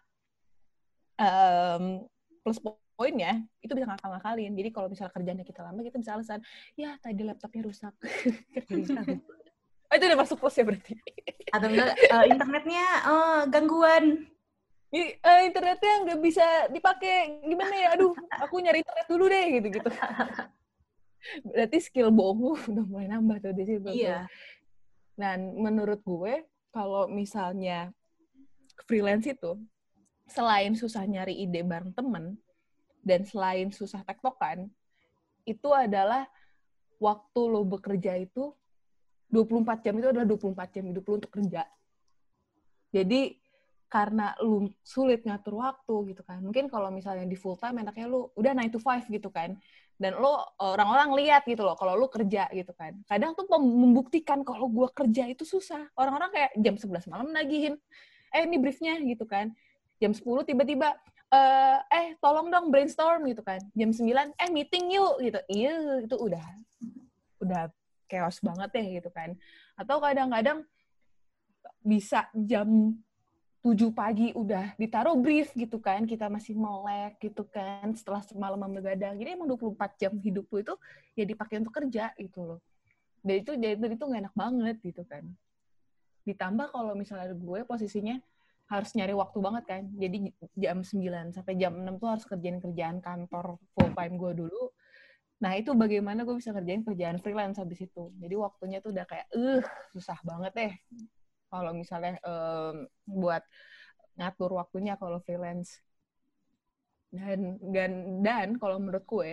um, plus poinnya, itu bisa ngakal-ngakalin. Jadi kalau misalnya kerjanya kita lama, kita bisa alasan, ya tadi laptopnya rusak. Oh, itu udah masuk plus ya berarti? Atau enggak, uh, internetnya uh, gangguan. Uh, internetnya nggak bisa dipakai, gimana ya? Aduh, aku nyari internet dulu deh, gitu-gitu. Berarti skill bohong lu udah mulai nambah tuh di situ. Iya. Dan menurut gue, kalau misalnya freelance itu, selain susah nyari ide bareng temen, dan selain susah tektokan, itu adalah waktu lo bekerja itu, dua puluh empat jam itu adalah dua puluh empat jam hidup lo untuk kerja. Jadi, karena lu sulit ngatur waktu gitu kan. Mungkin kalau misalnya di full time enaknya lu udah nine to five gitu kan. Dan lu orang-orang lihat gitu loh kalau lu kerja gitu kan. Kadang tuh membuktikan kalau gua kerja itu susah. Orang-orang kayak jam sebelas malam nagihin. Eh ini briefnya gitu kan. Jam sepuluh tiba-tiba eh, eh tolong dong brainstorm gitu kan. Jam sembilan eh meeting yuk gitu. Iya itu udah udah chaos banget ya gitu kan. Atau kadang-kadang bisa jam tujuh pagi udah ditaruh brief gitu kan, kita masih melek gitu kan, setelah semalam begadang. Jadi emang dua puluh empat jam hidup lu itu ya dipakai untuk kerja gitu loh. Dan itu jadi itu nggak enak banget gitu kan. Ditambah kalau misalnya gue posisinya harus nyari waktu banget kan. Jadi jam sembilan sampai jam enam tuh harus kerjain kerjaan kantor full time gue dulu. Nah, itu bagaimana gue bisa kerjain kerjaan freelance habis itu. Jadi waktunya tuh udah kayak, uh, susah banget deh. Kalau misalnya um, buat ngatur waktunya kalau freelance. Dan dan dan kalau menurut gue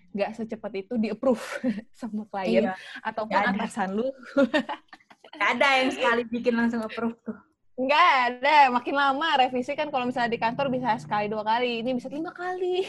nggak secepat itu di-approve sama klien Iya. ataupun Nggak ada. atasan lu. Nggak ada yang sekali bikin langsung approve tuh. Nggak ada, makin lama revisi kan kalau misalnya di kantor bisa sekali dua kali, ini bisa lima kali.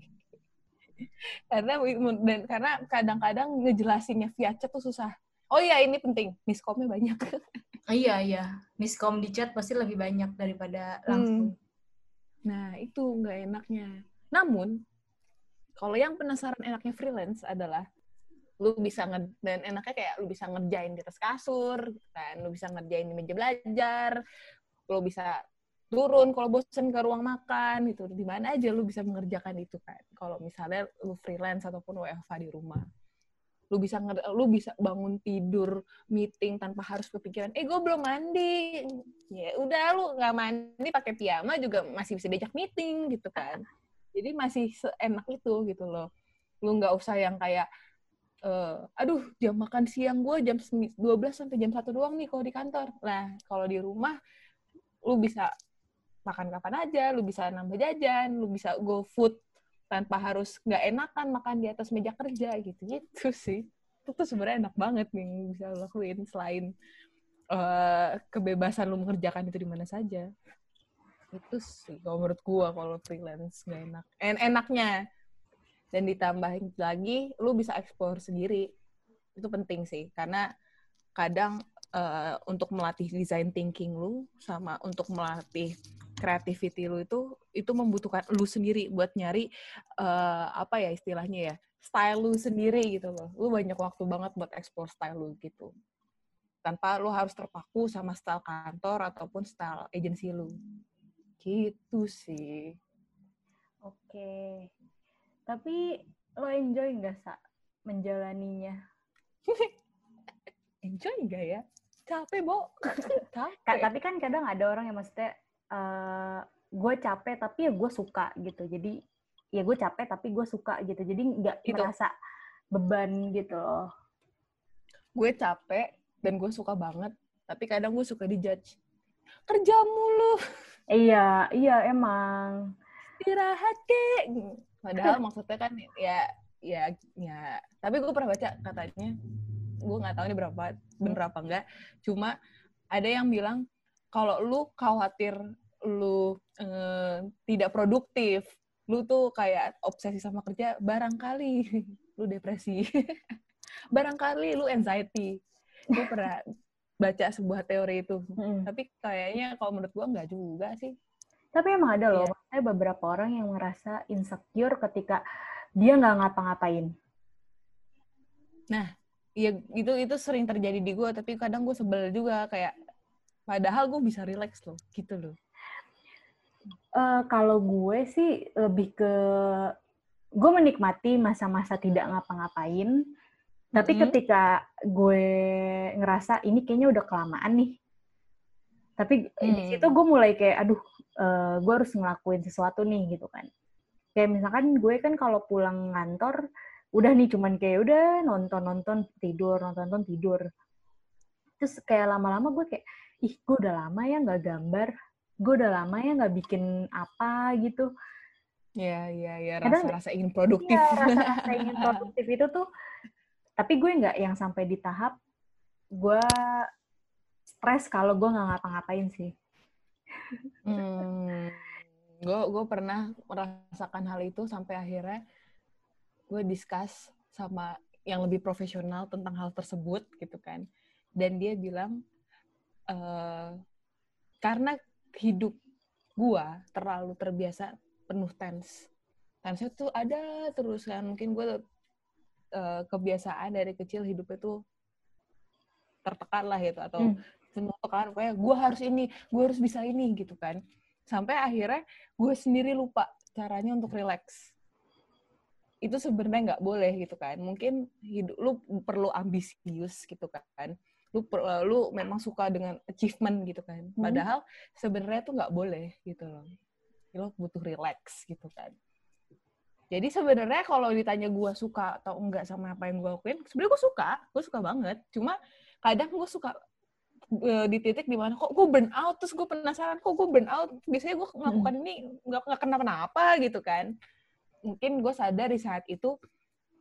karena dan karena kadang-kadang ngejelasinnya via chat tuh susah. Oh iya, ini penting, miskomnya banyak. Iya, iya. Miskom di chat pasti lebih banyak daripada langsung. Hmm. Nah, itu nggak enaknya. Namun, kalau yang penasaran enaknya freelance adalah lu bisa nge- dan enaknya kayak lu bisa ngerjain di atas kasur, kan? Lu bisa ngerjain di meja belajar, lu bisa turun kalau bosen ke ruang makan gitu. Di mana aja lu bisa mengerjakan itu kan. Kalau misalnya lu freelance ataupun W F H di rumah. Lu bisa lu bisa bangun tidur meeting tanpa harus kepikiran eh gue belum mandi, ya udah lu nggak mandi pakai piyama juga masih bisa diajak meeting gitu kan. Jadi masih seenak itu gitu loh. Lu nggak usah yang kayak uh, aduh jam makan siang gue jam dua belas sampai jam satu doang nih kalau di kantor. Nah kalau di rumah lu bisa makan kapan aja, lu bisa nambah jajan, lu bisa go food tanpa harus nggak enakan makan di atas meja kerja gitu-gitu sih. Itu tuh sebenarnya enak banget nih yang bisa lo lakuin selain uh, kebebasan lu mengerjakan itu di mana saja. Itu sih kalau menurut gua kalau freelance nggak enak. En enaknya. Dan ditambahin lagi, lu bisa explore sendiri. Itu penting sih, karena kadang uh, untuk melatih design thinking lu sama untuk melatih creativity lu itu itu membutuhkan lu sendiri buat nyari uh, apa ya istilahnya ya style lu sendiri gitu loh. Lu banyak waktu banget buat explore style lu gitu. Tanpa lu harus terpaku sama style kantor ataupun style agency lu. Gitu sih. Oke. Tapi lo enjoy nggak, Sa, menjalaninya? Enjoy nggak ya? Capek, Bo. Capek. Kak, tapi kan kadang ada orang yang maksudnya uh, gue capek tapi ya gue suka gitu. Jadi ya gue capek tapi gue suka gitu. Jadi nggak gitu. merasa beban gitu loh. Gue capek dan gue suka banget. Tapi kadang gue suka dijudge. Kerja mulu. Iya, iya emang. Istirahat kek. Padahal maksudnya kan ya ya ya. Tapi gue pernah baca katanya, gue nggak tahu ini berapa bener apa enggak. Cuma ada yang bilang kalau lu khawatir lu eh, tidak produktif, lu tuh kayak obsesi sama kerja, barangkali lu depresi. Barangkali lu anxiety. Gue pernah baca sebuah teori itu. Hmm. Tapi kayaknya kalau menurut gue nggak juga sih. Tapi emang ada loh, yeah. Ada beberapa orang yang merasa insecure ketika dia nggak ngapa-ngapain. Nah, ya itu itu sering terjadi di gue, tapi kadang gue sebel juga kayak, padahal gue bisa relax loh, gitu loh. Uh, kalau gue sih lebih ke, gue menikmati masa-masa tidak ngapa-ngapain, tapi mm-hmm. ketika gue ngerasa ini kayaknya udah kelamaan nih, tapi mm. di situ gue mulai kayak, aduh, uh, gue harus ngelakuin sesuatu nih gitu kan. Kayak misalkan gue kan kalau pulang ngantor, udah nih cuman kayak udah nonton-nonton tidur, nonton-nonton tidur. Terus kayak lama-lama gue kayak, ih gue udah lama ya nggak gambar, gue udah lama ya nggak bikin apa gitu. Iya, iya, iya, rasa-rasa ingin produktif. Iya, rasa-rasa ingin produktif itu tuh, tapi gue nggak yang sampai di tahap gue stres kalau gue nggak ngapa-ngapain sih. Hmm, gue gue pernah merasakan hal itu sampai akhirnya gue discuss sama yang lebih profesional tentang hal tersebut gitu kan, dan dia bilang e, karena hidup gue terlalu terbiasa penuh tense, tense itu ada terus kan, mungkin gue uh, kebiasaan dari kecil hidupnya tuh tertekan lah gitu, atau penuh hmm. tekanan, kayak gue harus ini, gue harus bisa ini gitu kan, sampai akhirnya gue sendiri lupa caranya untuk relax. Itu sebenarnya nggak boleh gitu kan, mungkin hidup lu perlu ambisius gitu kan, lu per, lu memang suka dengan achievement gitu kan, padahal sebenarnya tuh nggak boleh gitu loh, lu butuh relax gitu kan. Jadi sebenarnya kalau ditanya gue suka atau enggak sama apa yang gue lakuin, sebenarnya gue suka, gue suka banget, cuma kadang gue suka uh, di titik dimana kok gue burn out, terus gue penasaran kok gue burn out, biasanya gue melakukan ini nggak nggak kenapa-napa gitu kan. Mungkin gue sadar di saat itu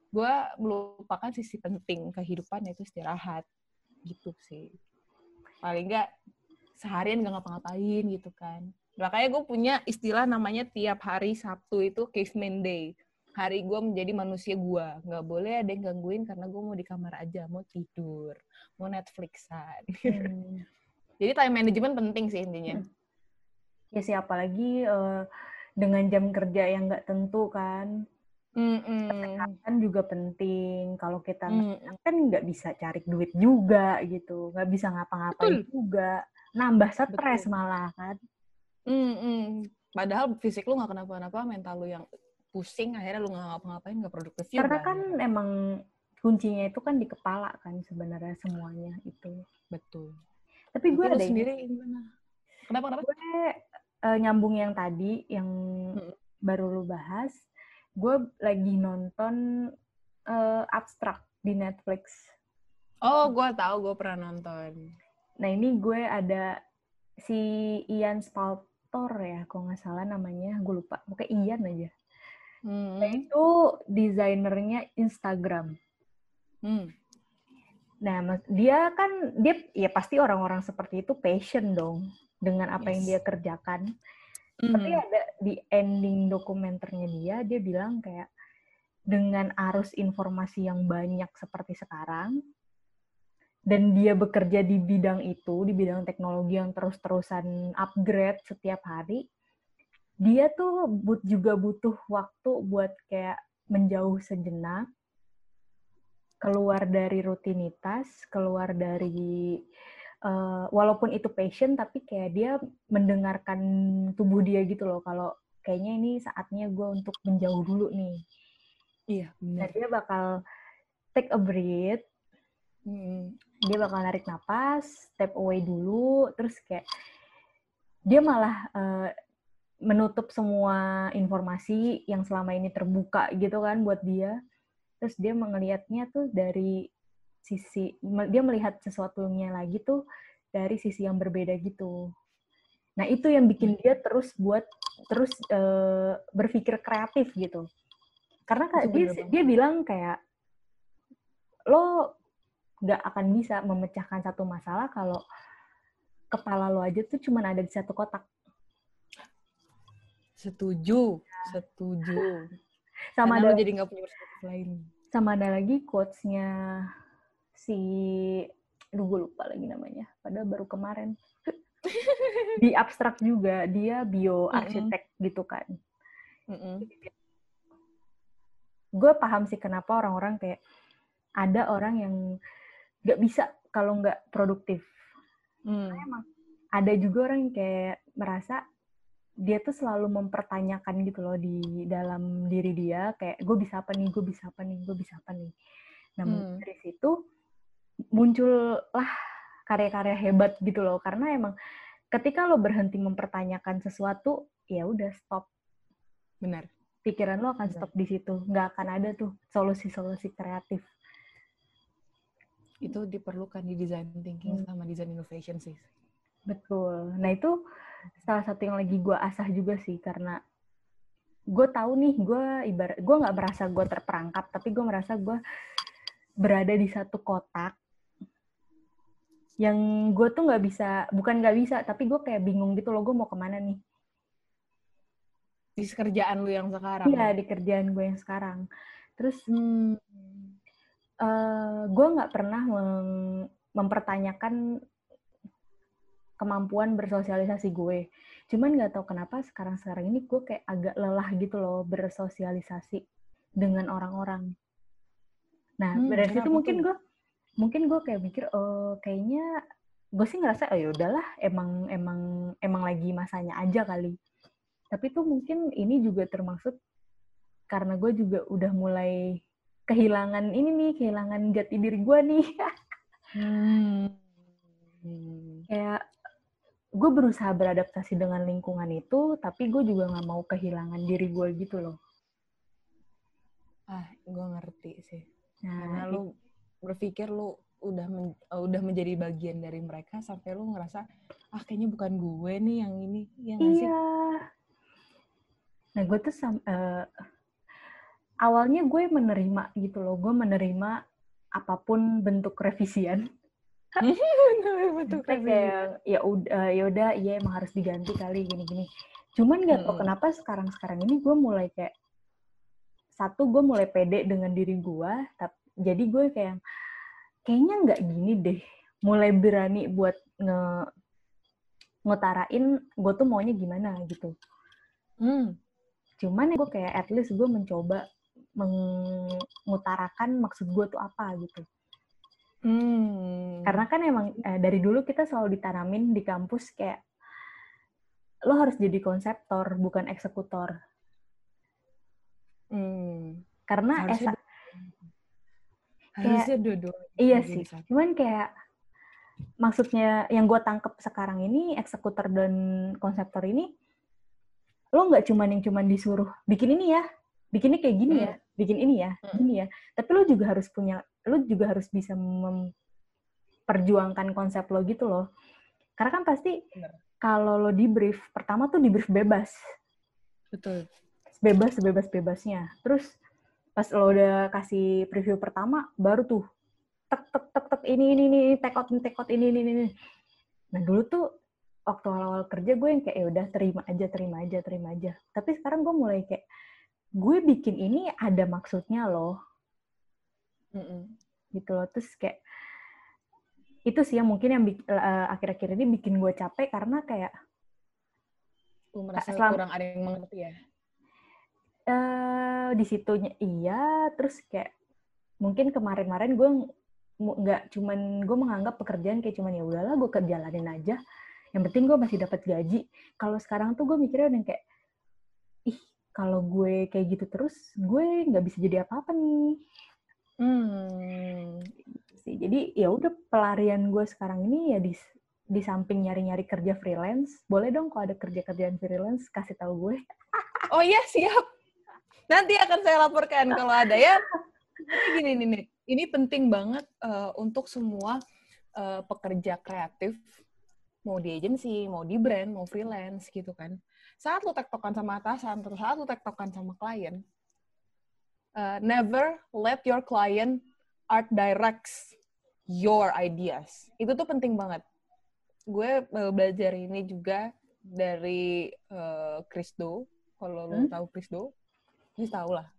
gue melupakan sisi penting kehidupan yaitu istirahat gitu sih. Paling nggak seharian gak ngapa-ngapain gitu kan. Makanya gue punya istilah namanya tiap hari Sabtu itu caveman day. Hari gue menjadi manusia gue. Gak boleh ada yang gangguin karena gue mau di kamar aja, mau tidur, mau Netflixan. Hmm. Jadi time management penting sih intinya. Ya sih, apalagi uh, dengan jam kerja yang gak tentu kan. Kesehatan juga penting. Kalau kita mm. kan nggak bisa cari duit juga gitu, nggak bisa ngapa-ngapain juga, nambah stres malah kan. Mm-mm. Padahal fisik lu nggak kenapa-napa, mental lu yang pusing, akhirnya lu nggak ngapa-ngapain, nggak produktif juga. Karena kan gitu. Emang kuncinya itu kan di kepala kan sebenarnya semuanya itu. Betul. Tapi gue ada sendiri gimana? Kenapa kenapa? Gue uh, nyambung yang tadi yang hmm. baru lu bahas. Gue lagi nonton uh, Abstract di Netflix. Oh, gue tahu, gue pernah nonton. Nah ini gue ada si Ian Spaltor ya, kalau nggak salah namanya, gue lupa. Pokoknya Ian aja. Hmm. Nah itu desainernya Instagram. Hmm. Nah dia kan dia ya pasti orang-orang seperti itu passion dong dengan apa yes. yang dia kerjakan. Mm. Tapi ada di ending dokumenternya dia, dia bilang kayak dengan arus informasi yang banyak seperti sekarang, dan dia bekerja di bidang itu, di bidang teknologi yang terus-terusan upgrade setiap hari, dia tuh but, juga butuh waktu buat kayak menjauh sejenak, keluar dari rutinitas, keluar dari Uh, walaupun itu passion, tapi kayak dia mendengarkan tubuh dia gitu loh, kalau kayaknya ini saatnya gue untuk menjauh dulu nih. Iya, benar. Nah, dia bakal take a breath, hmm. dia bakal narik napas, step away dulu, terus kayak dia malah uh, menutup semua informasi yang selama ini terbuka gitu kan buat dia, terus dia melihatnya tuh dari sisi, dia melihat sesuatunya lagi tuh dari sisi yang berbeda gitu. Nah itu yang bikin dia terus buat terus uh, berpikir kreatif gitu. Karena dia dia bilang kayak lo nggak akan bisa memecahkan satu masalah kalau kepala lo aja tuh cuma ada di satu kotak. Setuju, setuju. Sama Karena ada lo jadi nggak punya perspektif lain. Sama ada lagi quotes-nya si, aduh gue lupa lagi namanya, padahal baru kemarin. Di Abstract juga, dia bioarsitek mm-hmm. gitu kan. Mm-hmm. Gue paham sih kenapa orang-orang kayak, ada orang yang nggak bisa kalau nggak produktif. Mm. Emang ada juga orang yang kayak merasa, dia tuh selalu mempertanyakan gitu loh di dalam diri dia, kayak gue bisa apa nih, gue bisa apa nih, gue bisa apa nih. Nah hmm. dari situ muncullah karya-karya hebat gitu loh, karena emang ketika lo berhenti mempertanyakan sesuatu, ya udah stop. Benar. Pikiran lo akan stop Benar. Di situ, nggak akan ada tuh solusi-solusi kreatif. Itu diperlukan di design thinking hmm. sama design innovation sih. Betul. Nah itu salah satu yang lagi gue asah juga sih, karena gue tahu nih, gue ibarat gue nggak merasa gue terperangkap, tapi gue merasa gue berada di satu kotak yang gue tuh nggak bisa, bukan nggak bisa, tapi gue kayak bingung gitu loh, gue mau kemana nih. Di kerjaan lu yang sekarang? Iya, di kerjaan gue yang sekarang. Terus hmm. uh, gue nggak pernah mem- mempertanyakan kemampuan bersosialisasi gue. Cuman nggak tahu kenapa sekarang-sekarang ini gue kayak agak lelah gitu loh bersosialisasi dengan orang-orang. Nah, hmm, dari situ mungkin gue mungkin gue kayak mikir, oh kayaknya gue sih ngerasa, oh yaudahlah, emang emang emang lagi masanya aja kali. Tapi tuh mungkin ini juga termaksud karena gue juga udah mulai kehilangan ini nih, kehilangan jati diri gue nih. hmm. Kayak gue berusaha beradaptasi dengan lingkungan itu, tapi gue juga nggak mau kehilangan diri gue gitu loh. Ah, gue ngerti sih. Nah, karena lu berpikir lu udah men, uh, udah menjadi bagian dari mereka sampai lu ngerasa ah kayaknya bukan gue nih yang ini, ya nggak sih? Iya. Nah gue tuh sam, uh, awalnya gue menerima gitu loh, gue menerima apapun bentuk revisian. Bentuk Kayak kayak ya udah ya udah iya emang harus diganti kali gini-gini. Cuman nggak tau kenapa sekarang-sekarang ini gue mulai kayak satu gue mulai pede dengan diri gue, tapi jadi gue kayak kayaknya nggak gini deh, mulai berani buat nge ngutarain gue tuh maunya gimana gitu. Hmm. Cuman gue kayak at least gue mencoba mengutarakan maksud gue tuh apa gitu. Hmm. Karena kan emang eh, dari dulu kita selalu ditanamin di kampus kayak lo harus jadi konseptor bukan eksekutor. Hmm. Karena Harusnya esa harusnya kayak dua-dua. iya sih. Cuman kayak maksudnya yang gue tangkep sekarang ini eksekutor dan konseptor ini lo nggak cuman yang cuman disuruh bikin ini ya, bikinnya kayak gini ya, bikin ini ya, gini ya. Tapi lo juga harus punya, lo juga harus bisa memperjuangkan konsep lo gitu loh. Karena kan pasti kalau lo di brief, pertama tuh di brief bebas. Betul. Bebas sebebas-bebasnya. Terus pas lo udah kasih preview pertama, baru tuh tek tek tek tek ini ini ini take out take out ini ini ini. Nah dulu tuh waktu awal-awal kerja gue yang kayak ya udah terima aja terima aja terima aja. Tapi sekarang gue mulai kayak gue bikin ini ada maksudnya loh. Mm-mm. Gitu loh. Terus kayak itu sih yang mungkin yang uh, akhir-akhir ini bikin gue capek karena kayak gue merasa selama, kurang ada yang mengerti ya. Uh, di situnya iya, terus kayak mungkin kemarin-kemarin gue nggak cuman gue menganggap pekerjaan kayak cuman ya udahlah gue kerjalanin aja, yang penting gue masih dapat gaji. Kalau sekarang tuh gue mikirnya udah kayak ih kalau gue kayak gitu terus gue nggak bisa jadi apa-apa nih. Hmm. Jadi ya udah pelarian gue sekarang ini ya di di samping nyari-nyari kerja freelance, boleh dong kalau ada kerja-kerjaan freelance kasih tahu gue. Oh iya siap. Nanti akan saya laporkan kalau ada ya. Tapi gini nih, nih. Ini penting banget uh, untuk semua uh, pekerja kreatif, mau di agency, mau di brand, mau freelance gitu kan. Saat lu tektokan sama atasan, terus saat lu tektokan sama klien, uh, never let your client art directs your ideas. Itu tuh penting banget. Gue uh, belajar ini juga dari uh, Chris Do. Kalau lu hmm? tahu Chris Do, Chris tahu lah.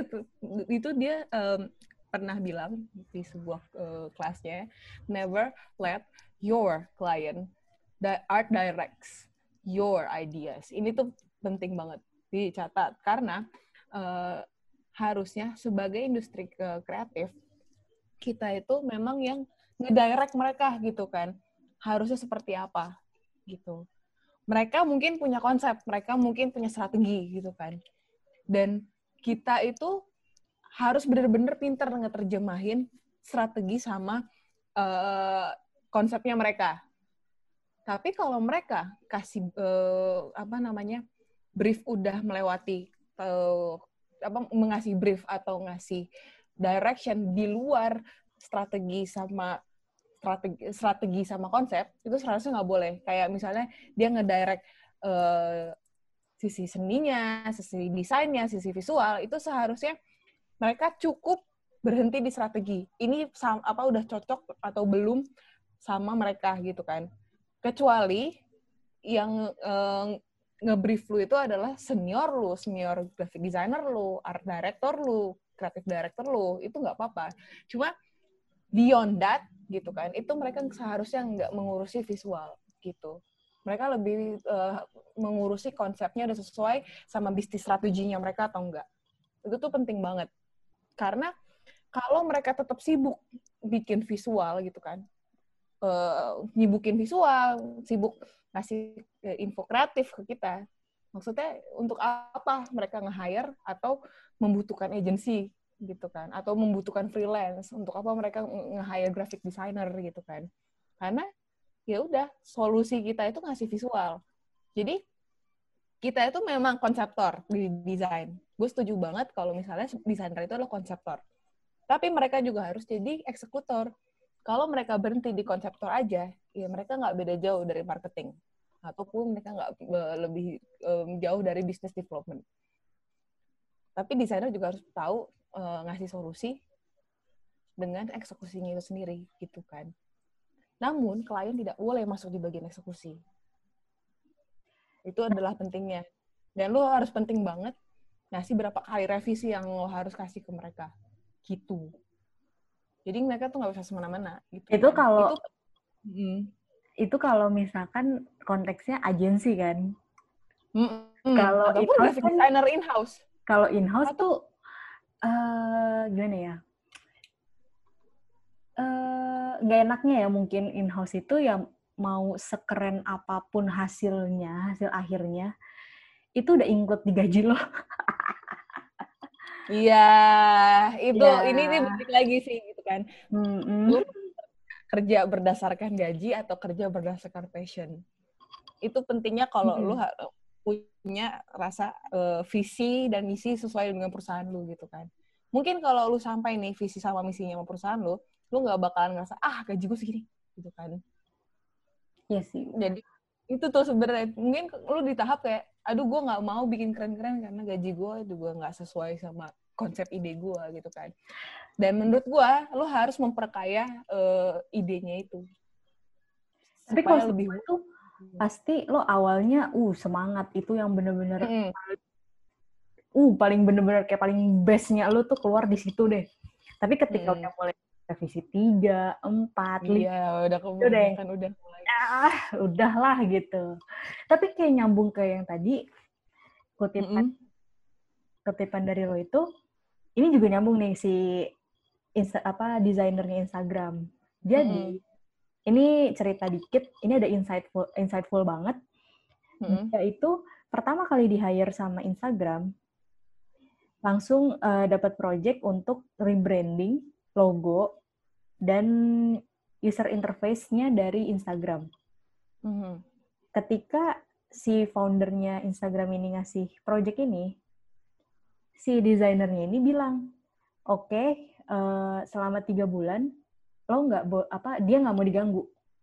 Itu dia um, pernah bilang di sebuah uh, kelasnya, never let your client the art directs your ideas. Ini tuh penting banget dicatat karena uh, harusnya sebagai industri uh, kreatif kita itu memang yang ngedirect mereka gitu kan, harusnya seperti apa gitu. Mereka mungkin punya konsep, mereka mungkin punya strategi gitu kan, dan kita itu harus benar-benar pintar ngeterjemahin strategi sama uh, konsepnya mereka. Tapi kalau mereka kasih uh, apa namanya brief udah melewati uh, apa mengasih brief atau ngasih direction di luar strategi sama strategi strategi sama konsep, itu seharusnya nggak boleh. Kayak misalnya dia ngedirect uh, sisi seninya, sisi desainnya, sisi visual, itu seharusnya mereka cukup berhenti di strategi. Ini sama, apa udah cocok atau belum sama mereka gitu kan. Kecuali yang eh, nge-brief lu itu adalah senior lu, senior graphic designer lu, art director lu, creative director lu, itu nggak apa-apa. Cuma beyond that gitu kan, itu mereka seharusnya nggak mengurusi visual gitu. Mereka lebih uh, mengurusi konsepnya udah sesuai sama bisnis strateginya mereka atau enggak. Itu tuh penting banget. Karena kalau mereka tetap sibuk bikin visual gitu kan, uh, nyibukin visual, sibuk ngasih uh, info kreatif ke kita, maksudnya untuk apa mereka nge-hire atau membutuhkan agency gitu kan, atau membutuhkan freelance, untuk apa mereka nge-hire graphic designer gitu kan. Karena ya udah, solusi kita itu ngasih visual. Jadi kita itu memang konseptor di desain. Gue setuju banget kalau misalnya desainer itu adalah konseptor. Tapi mereka juga harus jadi eksekutor. Kalau mereka berhenti di konseptor aja, ya mereka nggak beda jauh dari marketing. Ataupun mereka nggak lebih um, jauh dari business development. Tapi desainer juga harus tahu uh, ngasih solusi dengan eksekusinya itu sendiri, gitu kan. Namun, klien tidak boleh masuk di bagian eksekusi. Itu adalah pentingnya. Dan lo harus penting banget ngasih berapa kali revisi yang lo harus kasih ke mereka. Gitu. Jadi mereka tuh nggak bisa semena-mena. Gitu Itu kan. kalau Itu, mm, itu kalau misalkan konteksnya agensi kan. mm, Kalau ataupun in-house graphic kan, designer in-house. kalau in-house Atau, tuh uh, gimana ya? Nggak uh, enaknya ya mungkin in-house itu yang mau sekeren apapun hasilnya, hasil akhirnya, itu udah include di gaji lo. iya, itu, Ya. ini nih balik lagi sih, gitu kan. Mm-mm. Lu kerja berdasarkan gaji atau kerja berdasarkan passion. Itu pentingnya kalau Hmm. lu punya rasa uh, visi dan misi sesuai dengan perusahaan lu gitu kan. Mungkin kalau lu sampai nih visi sama misinya sama perusahaan lu, lu nggak bakalan ngerasa, ah gaji gue segini, gitu kan. Iya sih. Jadi itu tuh sebenarnya mungkin lu di tahap kayak, aduh gue nggak mau bikin keren-keren karena gaji gue juga nggak sesuai sama konsep ide gue gitu kan. Dan menurut gue, lu harus memperkaya uh, idenya itu. Tapi Supaya kalau lebih itu pasti lo awalnya uh semangat, itu yang bener-bener mm-hmm. uh paling bener-bener kayak paling bestnya lo tuh keluar di situ deh. Tapi ketika mm-hmm. udah mulai revisi tiga, empat, lima, iya udah kebanyakan udah mulai ah udahlah gitu. Tapi kayak nyambung ke yang tadi kutipan mm-hmm. kutipan dari lo itu, ini juga nyambung nih si Insta, apa desainernya Instagram. Jadi mm-hmm. ini cerita dikit, ini ada insightful insightful banget. Mm-hmm. Dia itu pertama kali di-hire sama Instagram, langsung uh, dapat project untuk rebranding logo dan user interface-nya dari Instagram. Mm-hmm. Ketika si foundernya Instagram ini ngasih project ini, si desainernya ini bilang, oke, okay, uh, selama tiga bulan lo nggak bo- apa dia nggak mau diganggu.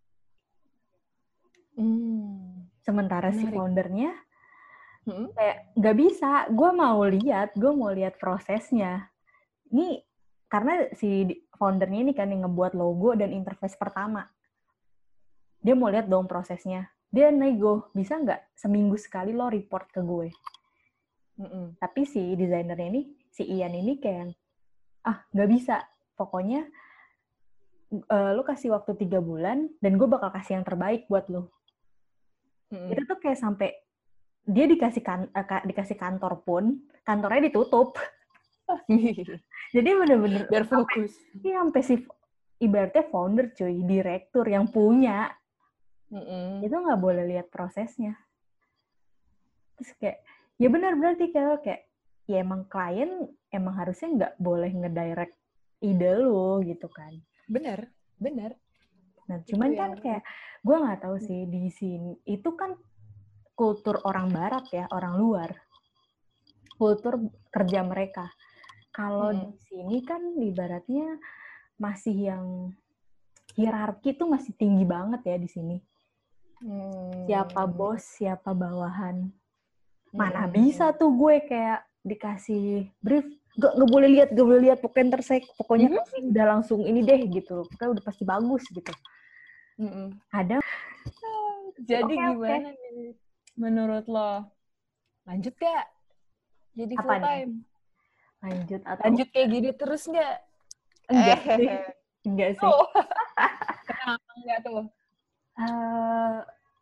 Hmm. Sementara Menarik. Si foundernya hmm? kayak nggak bisa, gue mau lihat, gue mau lihat prosesnya. Ini karena si foundernya ini kan yang ngebuat logo dan interface pertama. Dia mau lihat dong prosesnya. Dia nego, bisa nggak seminggu sekali lo report ke gue? Mm-mm. Tapi si desainernya ini, si Ian ini kayak, ah nggak bisa. Pokoknya uh, lo kasih waktu tiga bulan dan gue bakal kasih yang terbaik buat lo. Mm-mm. Itu tuh kayak sampai dia dikasih kan, uh, dikasih kantor pun, kantornya ditutup. Jadi bener-bener biar fokus. Iya, sampai si ibaratnya founder cuy, direktur yang punya, mm-mm. itu nggak boleh lihat prosesnya. Terus kayak, ya benar berarti kalau kayak, ya emang klien emang harusnya nggak boleh ngedirect ide lu gitu kan. Benar, benar. Nah, cuman itu kan yang... kayak, gue nggak tahu sih di sini, itu kan kultur orang barat ya, orang luar. Kultur kerja mereka. Kalau hmm. di sini kan ibaratnya masih yang hierarki tuh masih tinggi banget ya di sini. Hmm. Siapa bos, siapa bawahan. Mana hmm. bisa tuh gue kayak dikasih brief, gak, gak boleh lihat, gak boleh lihat, pokoknya tersek, pokoknya hmm. kasih udah langsung ini deh gitu. Pokoknya udah pasti bagus gitu. Hmm. Ada. Jadi okay, gimana okay. nih menurut lo? Lanjut gak? Jadi apa full nih? time? Lanjut atau lanjut kayak gini terus nggak? Enggak eh. sih, enggak sih. Oh. Kenapa enggak tuh? Uh,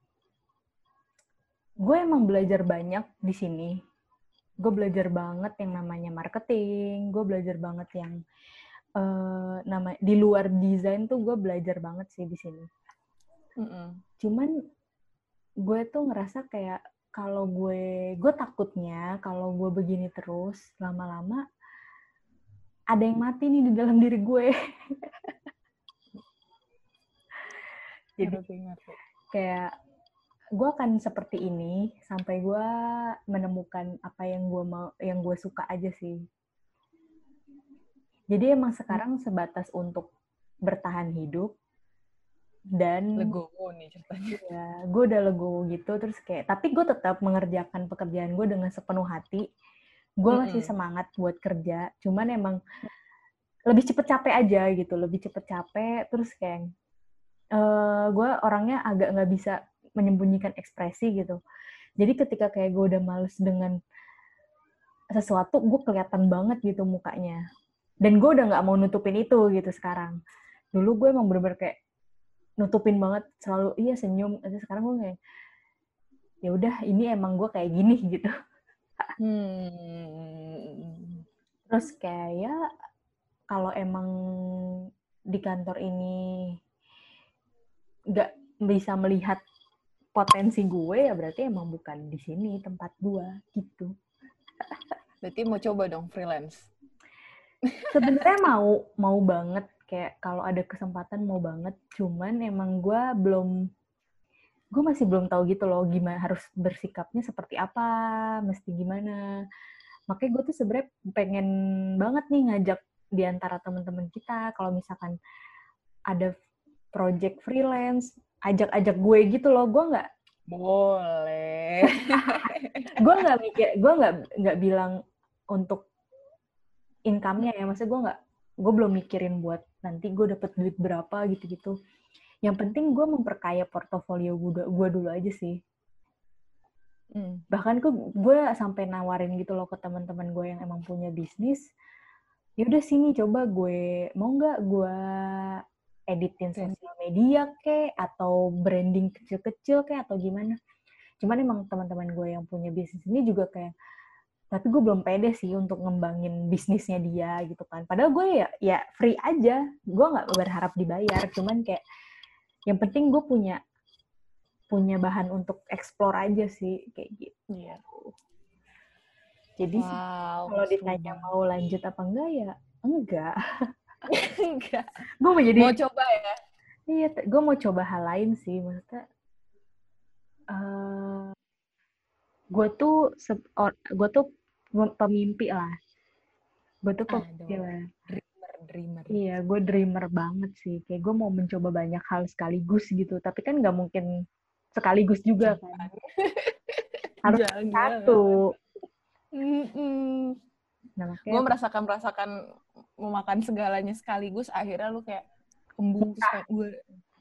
gue emang belajar banyak di sini. Gue belajar banget yang namanya marketing. Gue belajar banget yang uh, nama di luar desain tuh gue belajar banget sih di sini. Mm-mm. Cuman gue tuh ngerasa kayak kalau gue, gue takutnya kalau gue begini terus lama-lama ada yang mati nih di dalam diri gue. Jadi kayak gue akan seperti ini sampai gue menemukan apa yang gue mau, yang gue suka aja sih. Jadi emang sekarang sebatas untuk bertahan hidup dan legowo nih ceritanya. Ya, gue udah legowo gitu terus kayak, tapi gue tetap mengerjakan pekerjaan gue dengan sepenuh hati. gue masih semangat buat kerja, cuman emang lebih cepet capek aja gitu, lebih cepet capek, terus kayak uh, gue orangnya agak nggak bisa menyembunyikan ekspresi gitu. Jadi ketika kayak gue udah males dengan sesuatu, gue kelihatan banget gitu mukanya. Dan gue udah nggak mau nutupin itu gitu sekarang. Dulu gue emang bener-bener kayak nutupin banget, selalu iya senyum. Tapi sekarang gue kayak, ya udah ini emang gue kayak gini gitu. Hmm. Terus kayak kalau emang di kantor ini nggak bisa melihat potensi gue, ya berarti emang bukan di sini tempat gue gitu. Berarti mau coba dong freelance. Sebenarnya mau mau banget, kayak kalau ada kesempatan mau banget, cuman emang gue belum gue masih belum tahu gitu loh gimana harus bersikapnya seperti apa, mesti gimana. Makanya gue tuh sebenarnya pengen banget nih ngajak di antara teman-teman kita, kalau misalkan ada project freelance, ajak-ajak gue gitu loh. Gue nggak boleh. gue nggak mikir, gue nggak nggak bilang untuk income-nya ya, maksudnya gue nggak, gue belum mikirin buat nanti gue dapet duit berapa gitu-gitu. Yang penting gue memperkaya portofolio gue, gue dulu aja sih. Hmm. Bahkan gue gue sampai nawarin gitu loh ke teman-teman gue yang emang punya bisnis. Ya udah sini coba gue mau nggak gue editin sosial media kek, atau branding kecil-kecil kek, atau gimana. Cuman emang teman-teman gue yang punya bisnis ini juga kayak, tapi gue belum pede sih untuk ngembangin bisnisnya dia gitu kan. Padahal gue ya ya free aja, gue nggak berharap dibayar, cuman kayak yang penting gue punya punya bahan untuk explore aja sih kayak gitu. Iya. Jadi wow, kalau ditanya mau lanjut apa enggak, ya enggak. Enggak. Gue mau jadi mau coba ya. Iya, gue mau coba hal lain sih, maksudnya. Uh, gue tuh gue tuh pemimpi lah. Gue tuh pemimpi lah. Dreamer, dreamer. Iya, gue dreamer banget sih. Kayak gue mau mencoba banyak hal sekaligus gitu. Tapi kan nggak mungkin sekaligus juga kan. Harus Jangan. satu. Mm-mm. Nah, gue merasakan merasakan memakan segalanya sekaligus, akhirnya lu kayak kembung terus kayak gue.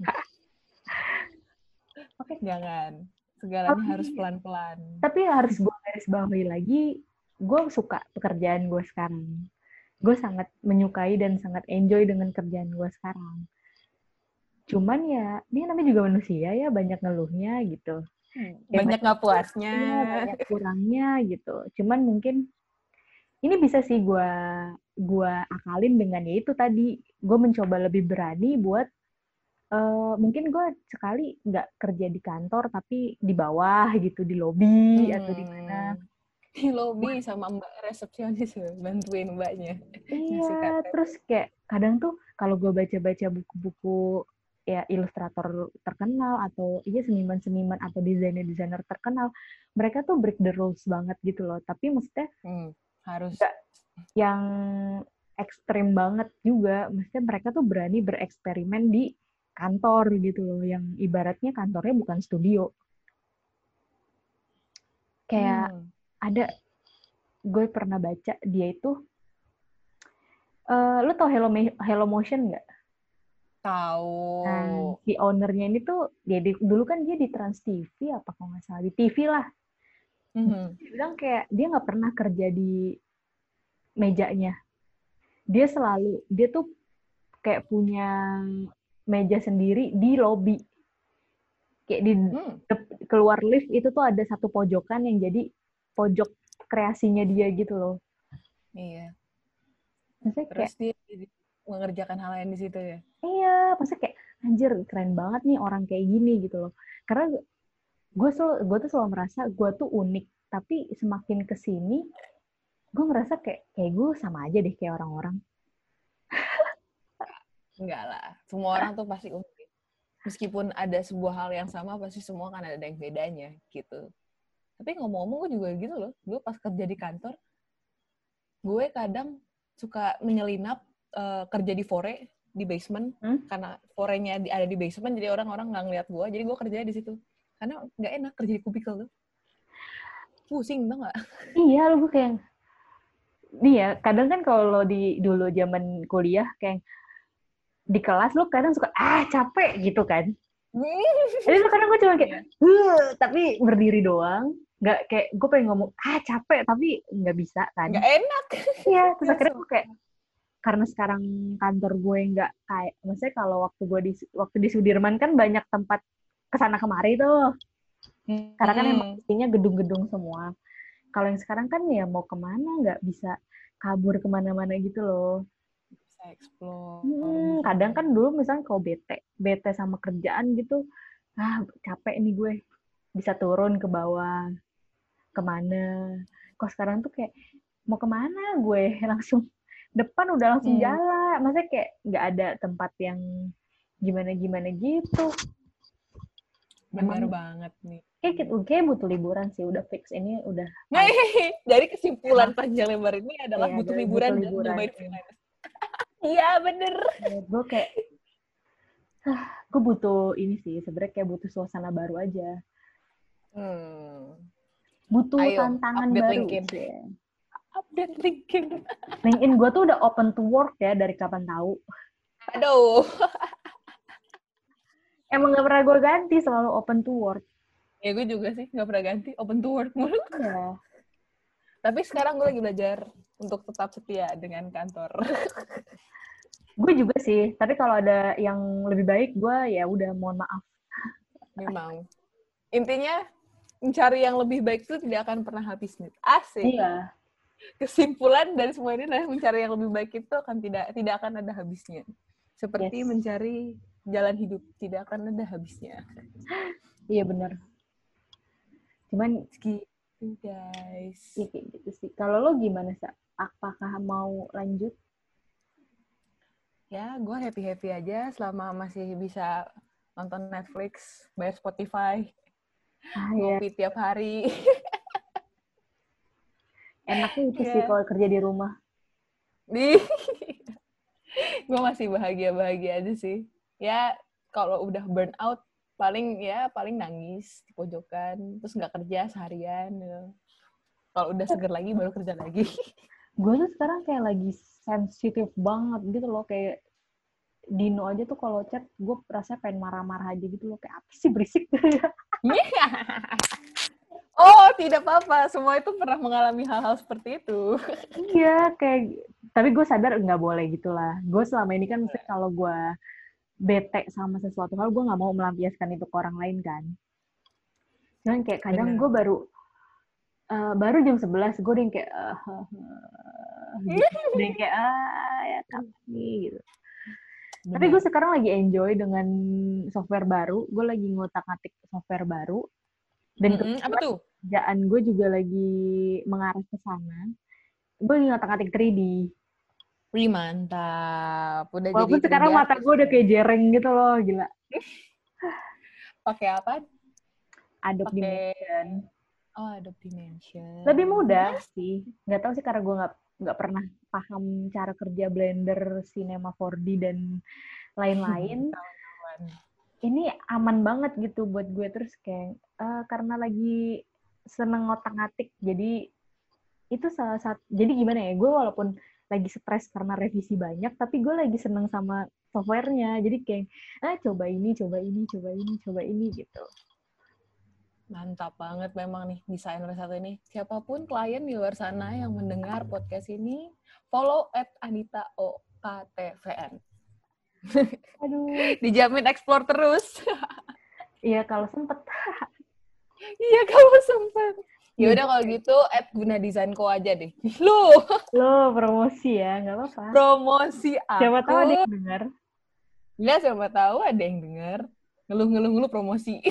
Oke, jangan. Segalanya oh, harus pelan-pelan. Tapi harus gue garis bawahi lagi, gue suka pekerjaan gue sekarang. Gue sangat menyukai dan sangat enjoy dengan kerjaan gue sekarang. Cuman ya, ini namanya juga manusia ya, banyak ngeluhnya gitu. Banyak nggak puasnya. Ya, banyak kurangnya gitu. Cuman mungkin ini bisa sih gue gue akalin dengan ya itu tadi. Gue mencoba lebih berani buat Uh, mungkin gue sekali nggak kerja di kantor tapi di bawah gitu, di lobi hmm. atau di mana, di lobi sama mbak resepsionis bantuin mbaknya. Iya, terus kayak kadang tuh kalau gue baca-baca buku-buku ya ilustrator terkenal atau iya seniman-seniman atau desainer-desainer terkenal, mereka tuh break the rules banget gitu loh. Tapi maksudnya hmm, harus gak yang ekstrim banget juga. Maksudnya mereka tuh berani bereksperimen di kantor gitu loh, yang ibaratnya kantornya bukan studio. Kayak hmm. ada, gue pernah baca dia itu, uh, lo tau Hello, Hello Motion nggak? Tahu. Nah, si ownernya ini tuh, dia di, dulu kan dia di Trans T V apa kalau nggak salah, di T V lah. Mm-hmm. Dia bilang kayak dia nggak pernah kerja di mejanya. Dia selalu, dia tuh kayak punya meja sendiri di lobi. Kayak di hmm. keluar lift itu tuh ada satu pojokan yang jadi pojok kreasinya dia gitu loh. Iya. Maksudnya terus kayak, dia mengerjakan hal lain di situ ya? Iya, maksudnya kayak anjir keren banget nih orang kayak gini gitu loh. Karena gue tuh gue tuh selalu merasa gue tuh unik, tapi semakin kesini gue ngerasa kayak kayak gue sama aja deh kayak orang-orang. Enggak lah, semua orang tuh pasti unik. Meskipun ada sebuah hal yang sama, pasti semua kan ada yang bedanya, gitu. Tapi ngomong-ngomong, gue juga gitu loh. Gue pas kerja di kantor, gue kadang suka menyelinap uh, kerja di fore, di basement. Hmm? Karena forenya ada di basement, jadi orang-orang nggak ngeliat gue. Jadi gue kerjanya di situ. Karena nggak enak kerja di kubikel tuh. Pusing, tau nggak? Iya, lu gue kayak, nih ya, kadang kan kalau di dulu zaman kuliah kayak di kelas lu kadang suka ah capek gitu kan. Jadi tuh kadang gue cuma kayak, huh, tapi berdiri doang. Nggak kayak, gue pengen ngomong, ah capek, tapi nggak bisa kan. Nggak enak. Iya, terus akhirnya gue kayak, karena sekarang kantor gue nggak kayak, maksudnya kalau waktu gue di, waktu di Sudirman kan banyak tempat kesana kemari tuh. Karena kan emang isinya gedung-gedung semua. Kalau yang sekarang kan ya mau kemana, nggak bisa kabur kemana-mana gitu loh. Bisa explore. Hmm, kadang kan dulu misalnya kalau bete, bete sama kerjaan gitu, ah capek nih gue, bisa turun ke bawah, kemana. Kok sekarang tuh kayak, mau kemana gue, langsung depan udah langsung Hmm. jalan. Maksudnya kayak nggak ada tempat yang gimana-gimana gitu. Bener Emang, banget nih. kayak, kayak butuh liburan sih, udah fix. Ini udah... Nah, dari kesimpulan Emang, panjang lebar ini adalah ya, butuh butuh liburan, dan liburan. nyobain freelance. Iya, bener. Gue kayak, ah, gue butuh ini sih, sebenarnya kayak butuh suasana baru aja. Hmm. Butuh Ayo, tantangan update baru. LinkedIn. Yeah. Update LinkedIn. LinkedIn gue tuh udah open to work ya, dari kapan tahu. Aduh. Emang gak pernah gue ganti, selalu open to work. Ya gue juga sih, gak pernah ganti. Open to work mulu. Iya. Tapi sekarang gue lagi belajar untuk tetap setia dengan kantor. Gue juga sih, tapi kalau ada yang lebih baik, gue ya udah mohon maaf. Memang. Intinya, mencari yang lebih baik itu tidak akan pernah habis. Asik. Iya. Kesimpulan dari semua ini adalah mencari yang lebih baik itu akan tidak tidak akan ada habisnya. Seperti Yes. mencari jalan hidup, tidak akan ada habisnya. Iya benar. Cuman Gitu guys. ya kayak gitu sih. Kalau lo gimana, Sa? Apakah mau lanjut? Ya, gue happy-happy aja selama masih bisa nonton Netflix, bayar Spotify, Ah, ngopi ya. tiap hari. Enaknya itu Yeah. sih kalau kerja di rumah. Gue masih bahagia-bahagia aja sih. Ya, kalau udah burn out, paling ya paling nangis di pojokan, terus nggak kerja seharian. Ya. Kalau udah seger lagi, baru kerja lagi. Gue tuh sekarang kayak lagi sensitif banget gitu loh, kayak Dino aja tuh kalau chat, gue rasanya pengen marah-marah aja gitu loh, kayak apa sih berisik gitu ya. Oh, tidak apa-apa. Semua itu pernah mengalami hal-hal seperti itu. Iya, kayak, tapi gue sadar nggak boleh gitu lah. Gue selama ini kan, kalau gue bete sama sesuatu hal, gue nggak mau melampiaskan itu ke orang lain kan. Cuman kayak kadang gue baru, uh, baru jam sebelas, gue udah yang kayak, uh, uh, uh, gitu. Udah yang kayak, ah, ya kapan nih, gitu. Benar. Tapi gue sekarang lagi enjoy dengan software baru. Gue lagi ngotak-ngatik software baru. Dan mm-hmm. Apa tuh? Kerjaan gue juga lagi mengarah ke sana. Gue lagi ngotak-ngatik tiga D. Wih, mantap. Udah Walaupun jadi sekarang mata gue udah kayak jereng gitu loh, gila. Pakai apa? Adobe Pake... Dimension. Oh, Adobe Dimension. Lebih mudah yes. sih. Nggak tahu sih karena gue nggak nggak pernah paham cara kerja Blender, Cinema four D, dan lain-lain. Ini aman banget gitu buat gue. Terus kayak, uh, karena lagi seneng ngotak-ngatik, jadi itu salah satu, jadi gimana ya, gue walaupun lagi stres karena revisi banyak, tapi gue lagi seneng sama softwarenya, jadi kayak, ah coba ini, coba ini, coba ini, coba ini, gitu. Mantap banget memang nih desainer satu ini. Siapapun klien di luar sana yang mendengar podcast ini, follow at Anita O K T V N. Aduh. Dijamin explore terus. Iya, kalau sempet. Iya, kalau sempet. Ya udah kalau gitu at Guna Desainco aja deh. Lu. Lo promosi ya, nggak apa-apa. Promosi aku. Siapa tahu ada yang dengar. Ya, siapa tahu ada yang dengar. Ngeluh-ngeluh-ngeluh promosi.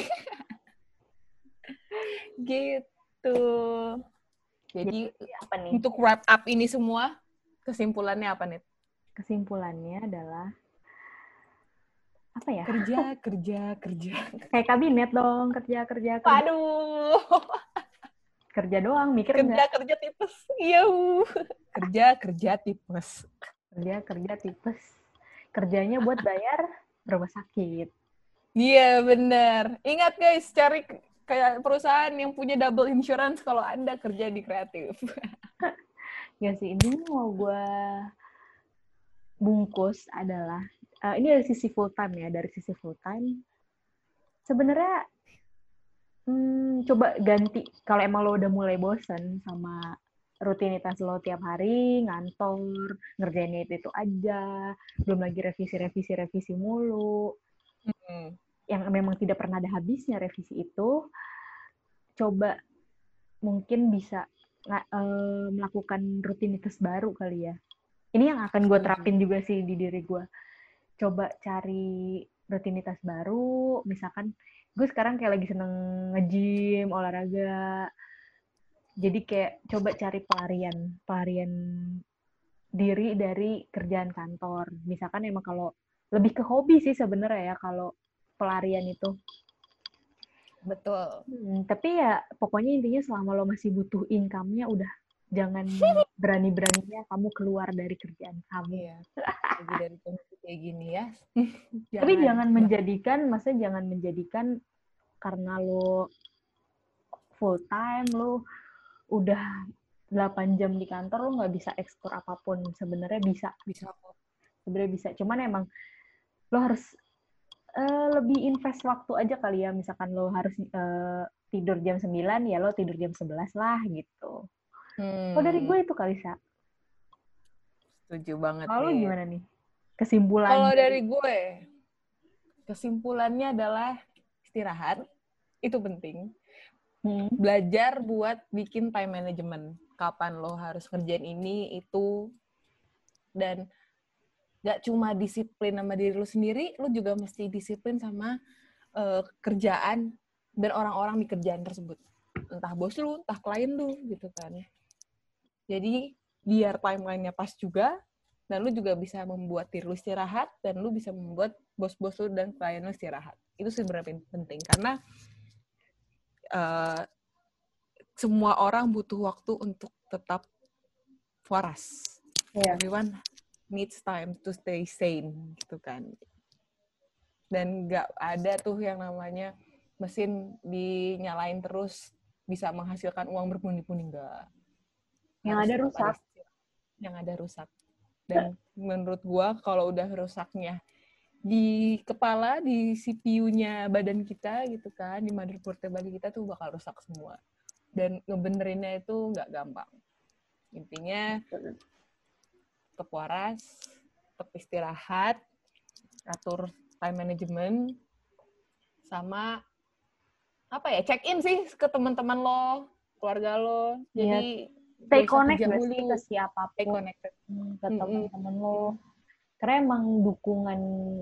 Gitu. Jadi, Jadi apa nih? Untuk wrap up ini semua, kesimpulannya apa nih? Kesimpulannya adalah apa ya? Kerja, kerja, kerja. Kayak kabinet dong, kerja, kerja, kerja. Waduh. Kerja doang, mikir kerja, enggak? Kerja, kerja tipes. Iya. Kerja, kerja tipes. Kerja, kerja tipes. Kerjanya buat bayar rumah sakit. Iya, benar. Ingat guys, cari kayak perusahaan yang punya double insurance kalau Anda kerja di kreatif. Ya sih, intinya mau gue bungkus adalah, uh, ini dari sisi full time ya, dari sisi full time, sebenarnya hmm, coba ganti, kalau emang lo udah mulai bosen sama rutinitas lo tiap hari, ngantor, ngerjainnya itu-itu aja, belum lagi revisi-revisi-revisi mulu, Hmm. yang memang tidak pernah ada habisnya revisi itu, coba mungkin bisa nggak, uh, melakukan rutinitas baru kali ya. Ini yang akan gue terapin juga sih di diri gue. Coba cari rutinitas baru, misalkan gue sekarang kayak lagi seneng nge-gym, olahraga. Jadi kayak coba cari pelarian, pelarian diri dari kerjaan kantor. Misalkan emang kalau lebih ke hobi sih sebenarnya ya kalau pelarian itu. Betul. Hmm, tapi ya pokoknya intinya selama lo masih butuh income-nya udah jangan berani-beraninya kamu keluar dari kerjaan kamu. Iya. Lagi dari kondisi kayak gini ya. jangan, Tapi jangan menjadikan, maksudnya jangan menjadikan karena lo full time, lo udah delapan jam di kantor, lo nggak bisa eksplor apapun. Sebenarnya bisa. Bisa. Sebenarnya bisa. Cuman emang lo harus uh, lebih invest waktu aja kali ya. Misalkan lo harus uh, tidur jam sembilan, ya lo tidur jam sebelas lah gitu. Hmm. Oh dari gue itu kali, Sa. Setuju banget Kalau nih. gimana nih? Kesimpulan. Kalau dari gue, kesimpulannya adalah istirahat. Itu penting. Hmm. Belajar buat bikin time management. Kapan lo harus ngerjain ini, itu. Dan gak cuma disiplin sama diri lo sendiri, lo juga mesti disiplin sama uh, kerjaan dan orang-orang di kerjaan tersebut. Entah bos lo, entah klien lo, gitu kan. Jadi, biar timeline-nya pas juga, dan lu juga bisa membuat diri lu istirahat, dan lu bisa membuat bos-bos lu dan klien lu istirahat. Itu sebenarnya penting, karena uh, semua orang butuh waktu untuk tetap waras. Yeah. Everyone needs time to stay sane, gitu kan. Dan nggak ada tuh yang namanya mesin dinyalain terus bisa menghasilkan uang berpundi-pundi, nggak. Yang ada rusak. Yang ada rusak. Dan menurut gua kalau udah rusaknya di kepala, di C P U-nya badan kita gitu kan, di motherboard badan kita tuh bakal rusak semua. Dan ngebenerinnya itu nggak gampang. Intinya tetap waras, tetap istirahat, atur time management, sama apa ya, check in sih ke teman-teman lo, keluarga lo. Jadi stay connect gak sih ke siapapun, stay connected ke teman-teman mm-hmm. lo. Karena emang dukungan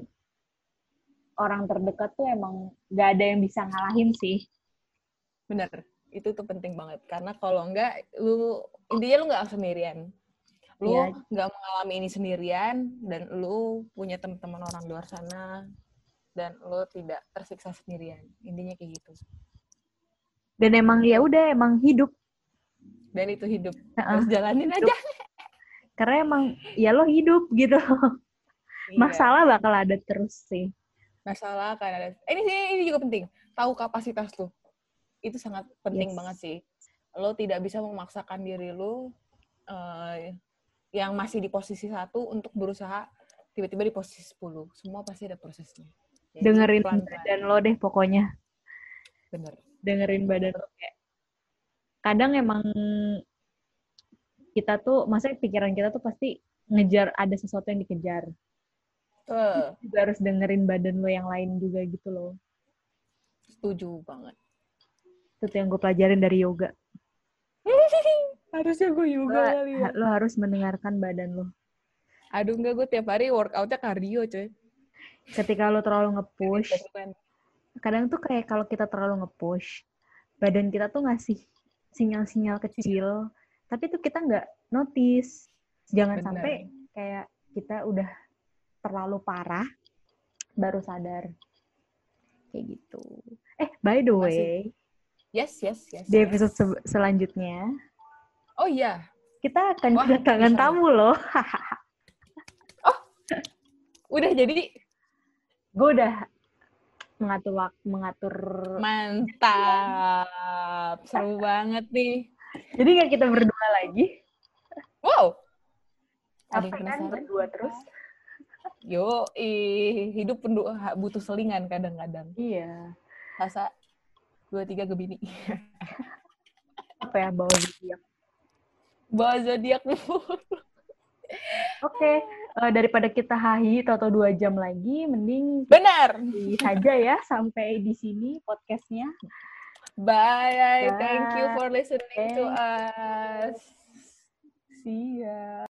orang terdekat tuh emang gak ada yang bisa ngalahin sih. Bener, itu tuh penting banget. Karena kalau enggak, lu intinya lu gak sendirian. Lu yeah. gak mengalami ini sendirian, dan lu punya teman-teman orang luar sana, dan lu tidak tersiksa sendirian. Intinya kayak gitu. Dan emang ya udah emang hidup. Dan itu hidup, uh-uh. harus jalanin hidup. Aja. Karena emang ya lo hidup gitu. Iya. Masalah bakal ada terus sih. Masalah kan ada. Ini sih ini juga penting. Tahu kapasitas lo. Itu sangat penting yes. banget sih. Lo tidak bisa memaksakan diri lo uh, yang masih di posisi satu untuk berusaha tiba-tiba di posisi sepuluh. Semua pasti ada prosesnya. Jadi, dengerin badan lo deh pokoknya. Bener. Dengerin badan lo kayak. Kadang emang kita tuh, maksudnya pikiran kita tuh pasti ngejar, ada sesuatu yang dikejar. Uh. Juga harus dengerin badan lo yang lain juga gitu loh. Setuju banget. Itu yang gue pelajarin dari yoga. Harusnya gue yoga lo, kali ya. Lo harus mendengarkan badan lo. Aduh enggak, gue tiap hari workout-nya cardio coy. Ketika lo terlalu nge-push, kadang tuh kayak kalau kita terlalu nge-push, badan kita tuh ngasih sinyal-sinyal kecil, tapi tuh kita nggak notice. Jangan Bener. Sampai kayak kita udah terlalu parah, baru sadar. Kayak gitu. Eh, by the way. Yes, yes, yes. Di episode se- selanjutnya. Oh iya. Kita akan kedatangan tamu loh. Oh, udah jadi? Gue udah mengatur waktu, mengatur. Mantap. Seru banget nih. Jadi nggak kita berdua lagi? Wah, Ada yang Capek kan penasaran? berdua terus? Yo, ih, hidup pendu- butuh selingan kadang-kadang. Iya. Sasa, dua, tiga, Gemini. Apa ya, bawa zodiak. Bawa zodiak. Oke, eh, daripada kita hahi atau dua jam lagi, mending Benar. kita saja ya sampai di sini podcastnya. Bye. Bye. Thank you for listening to Thank us. See ya.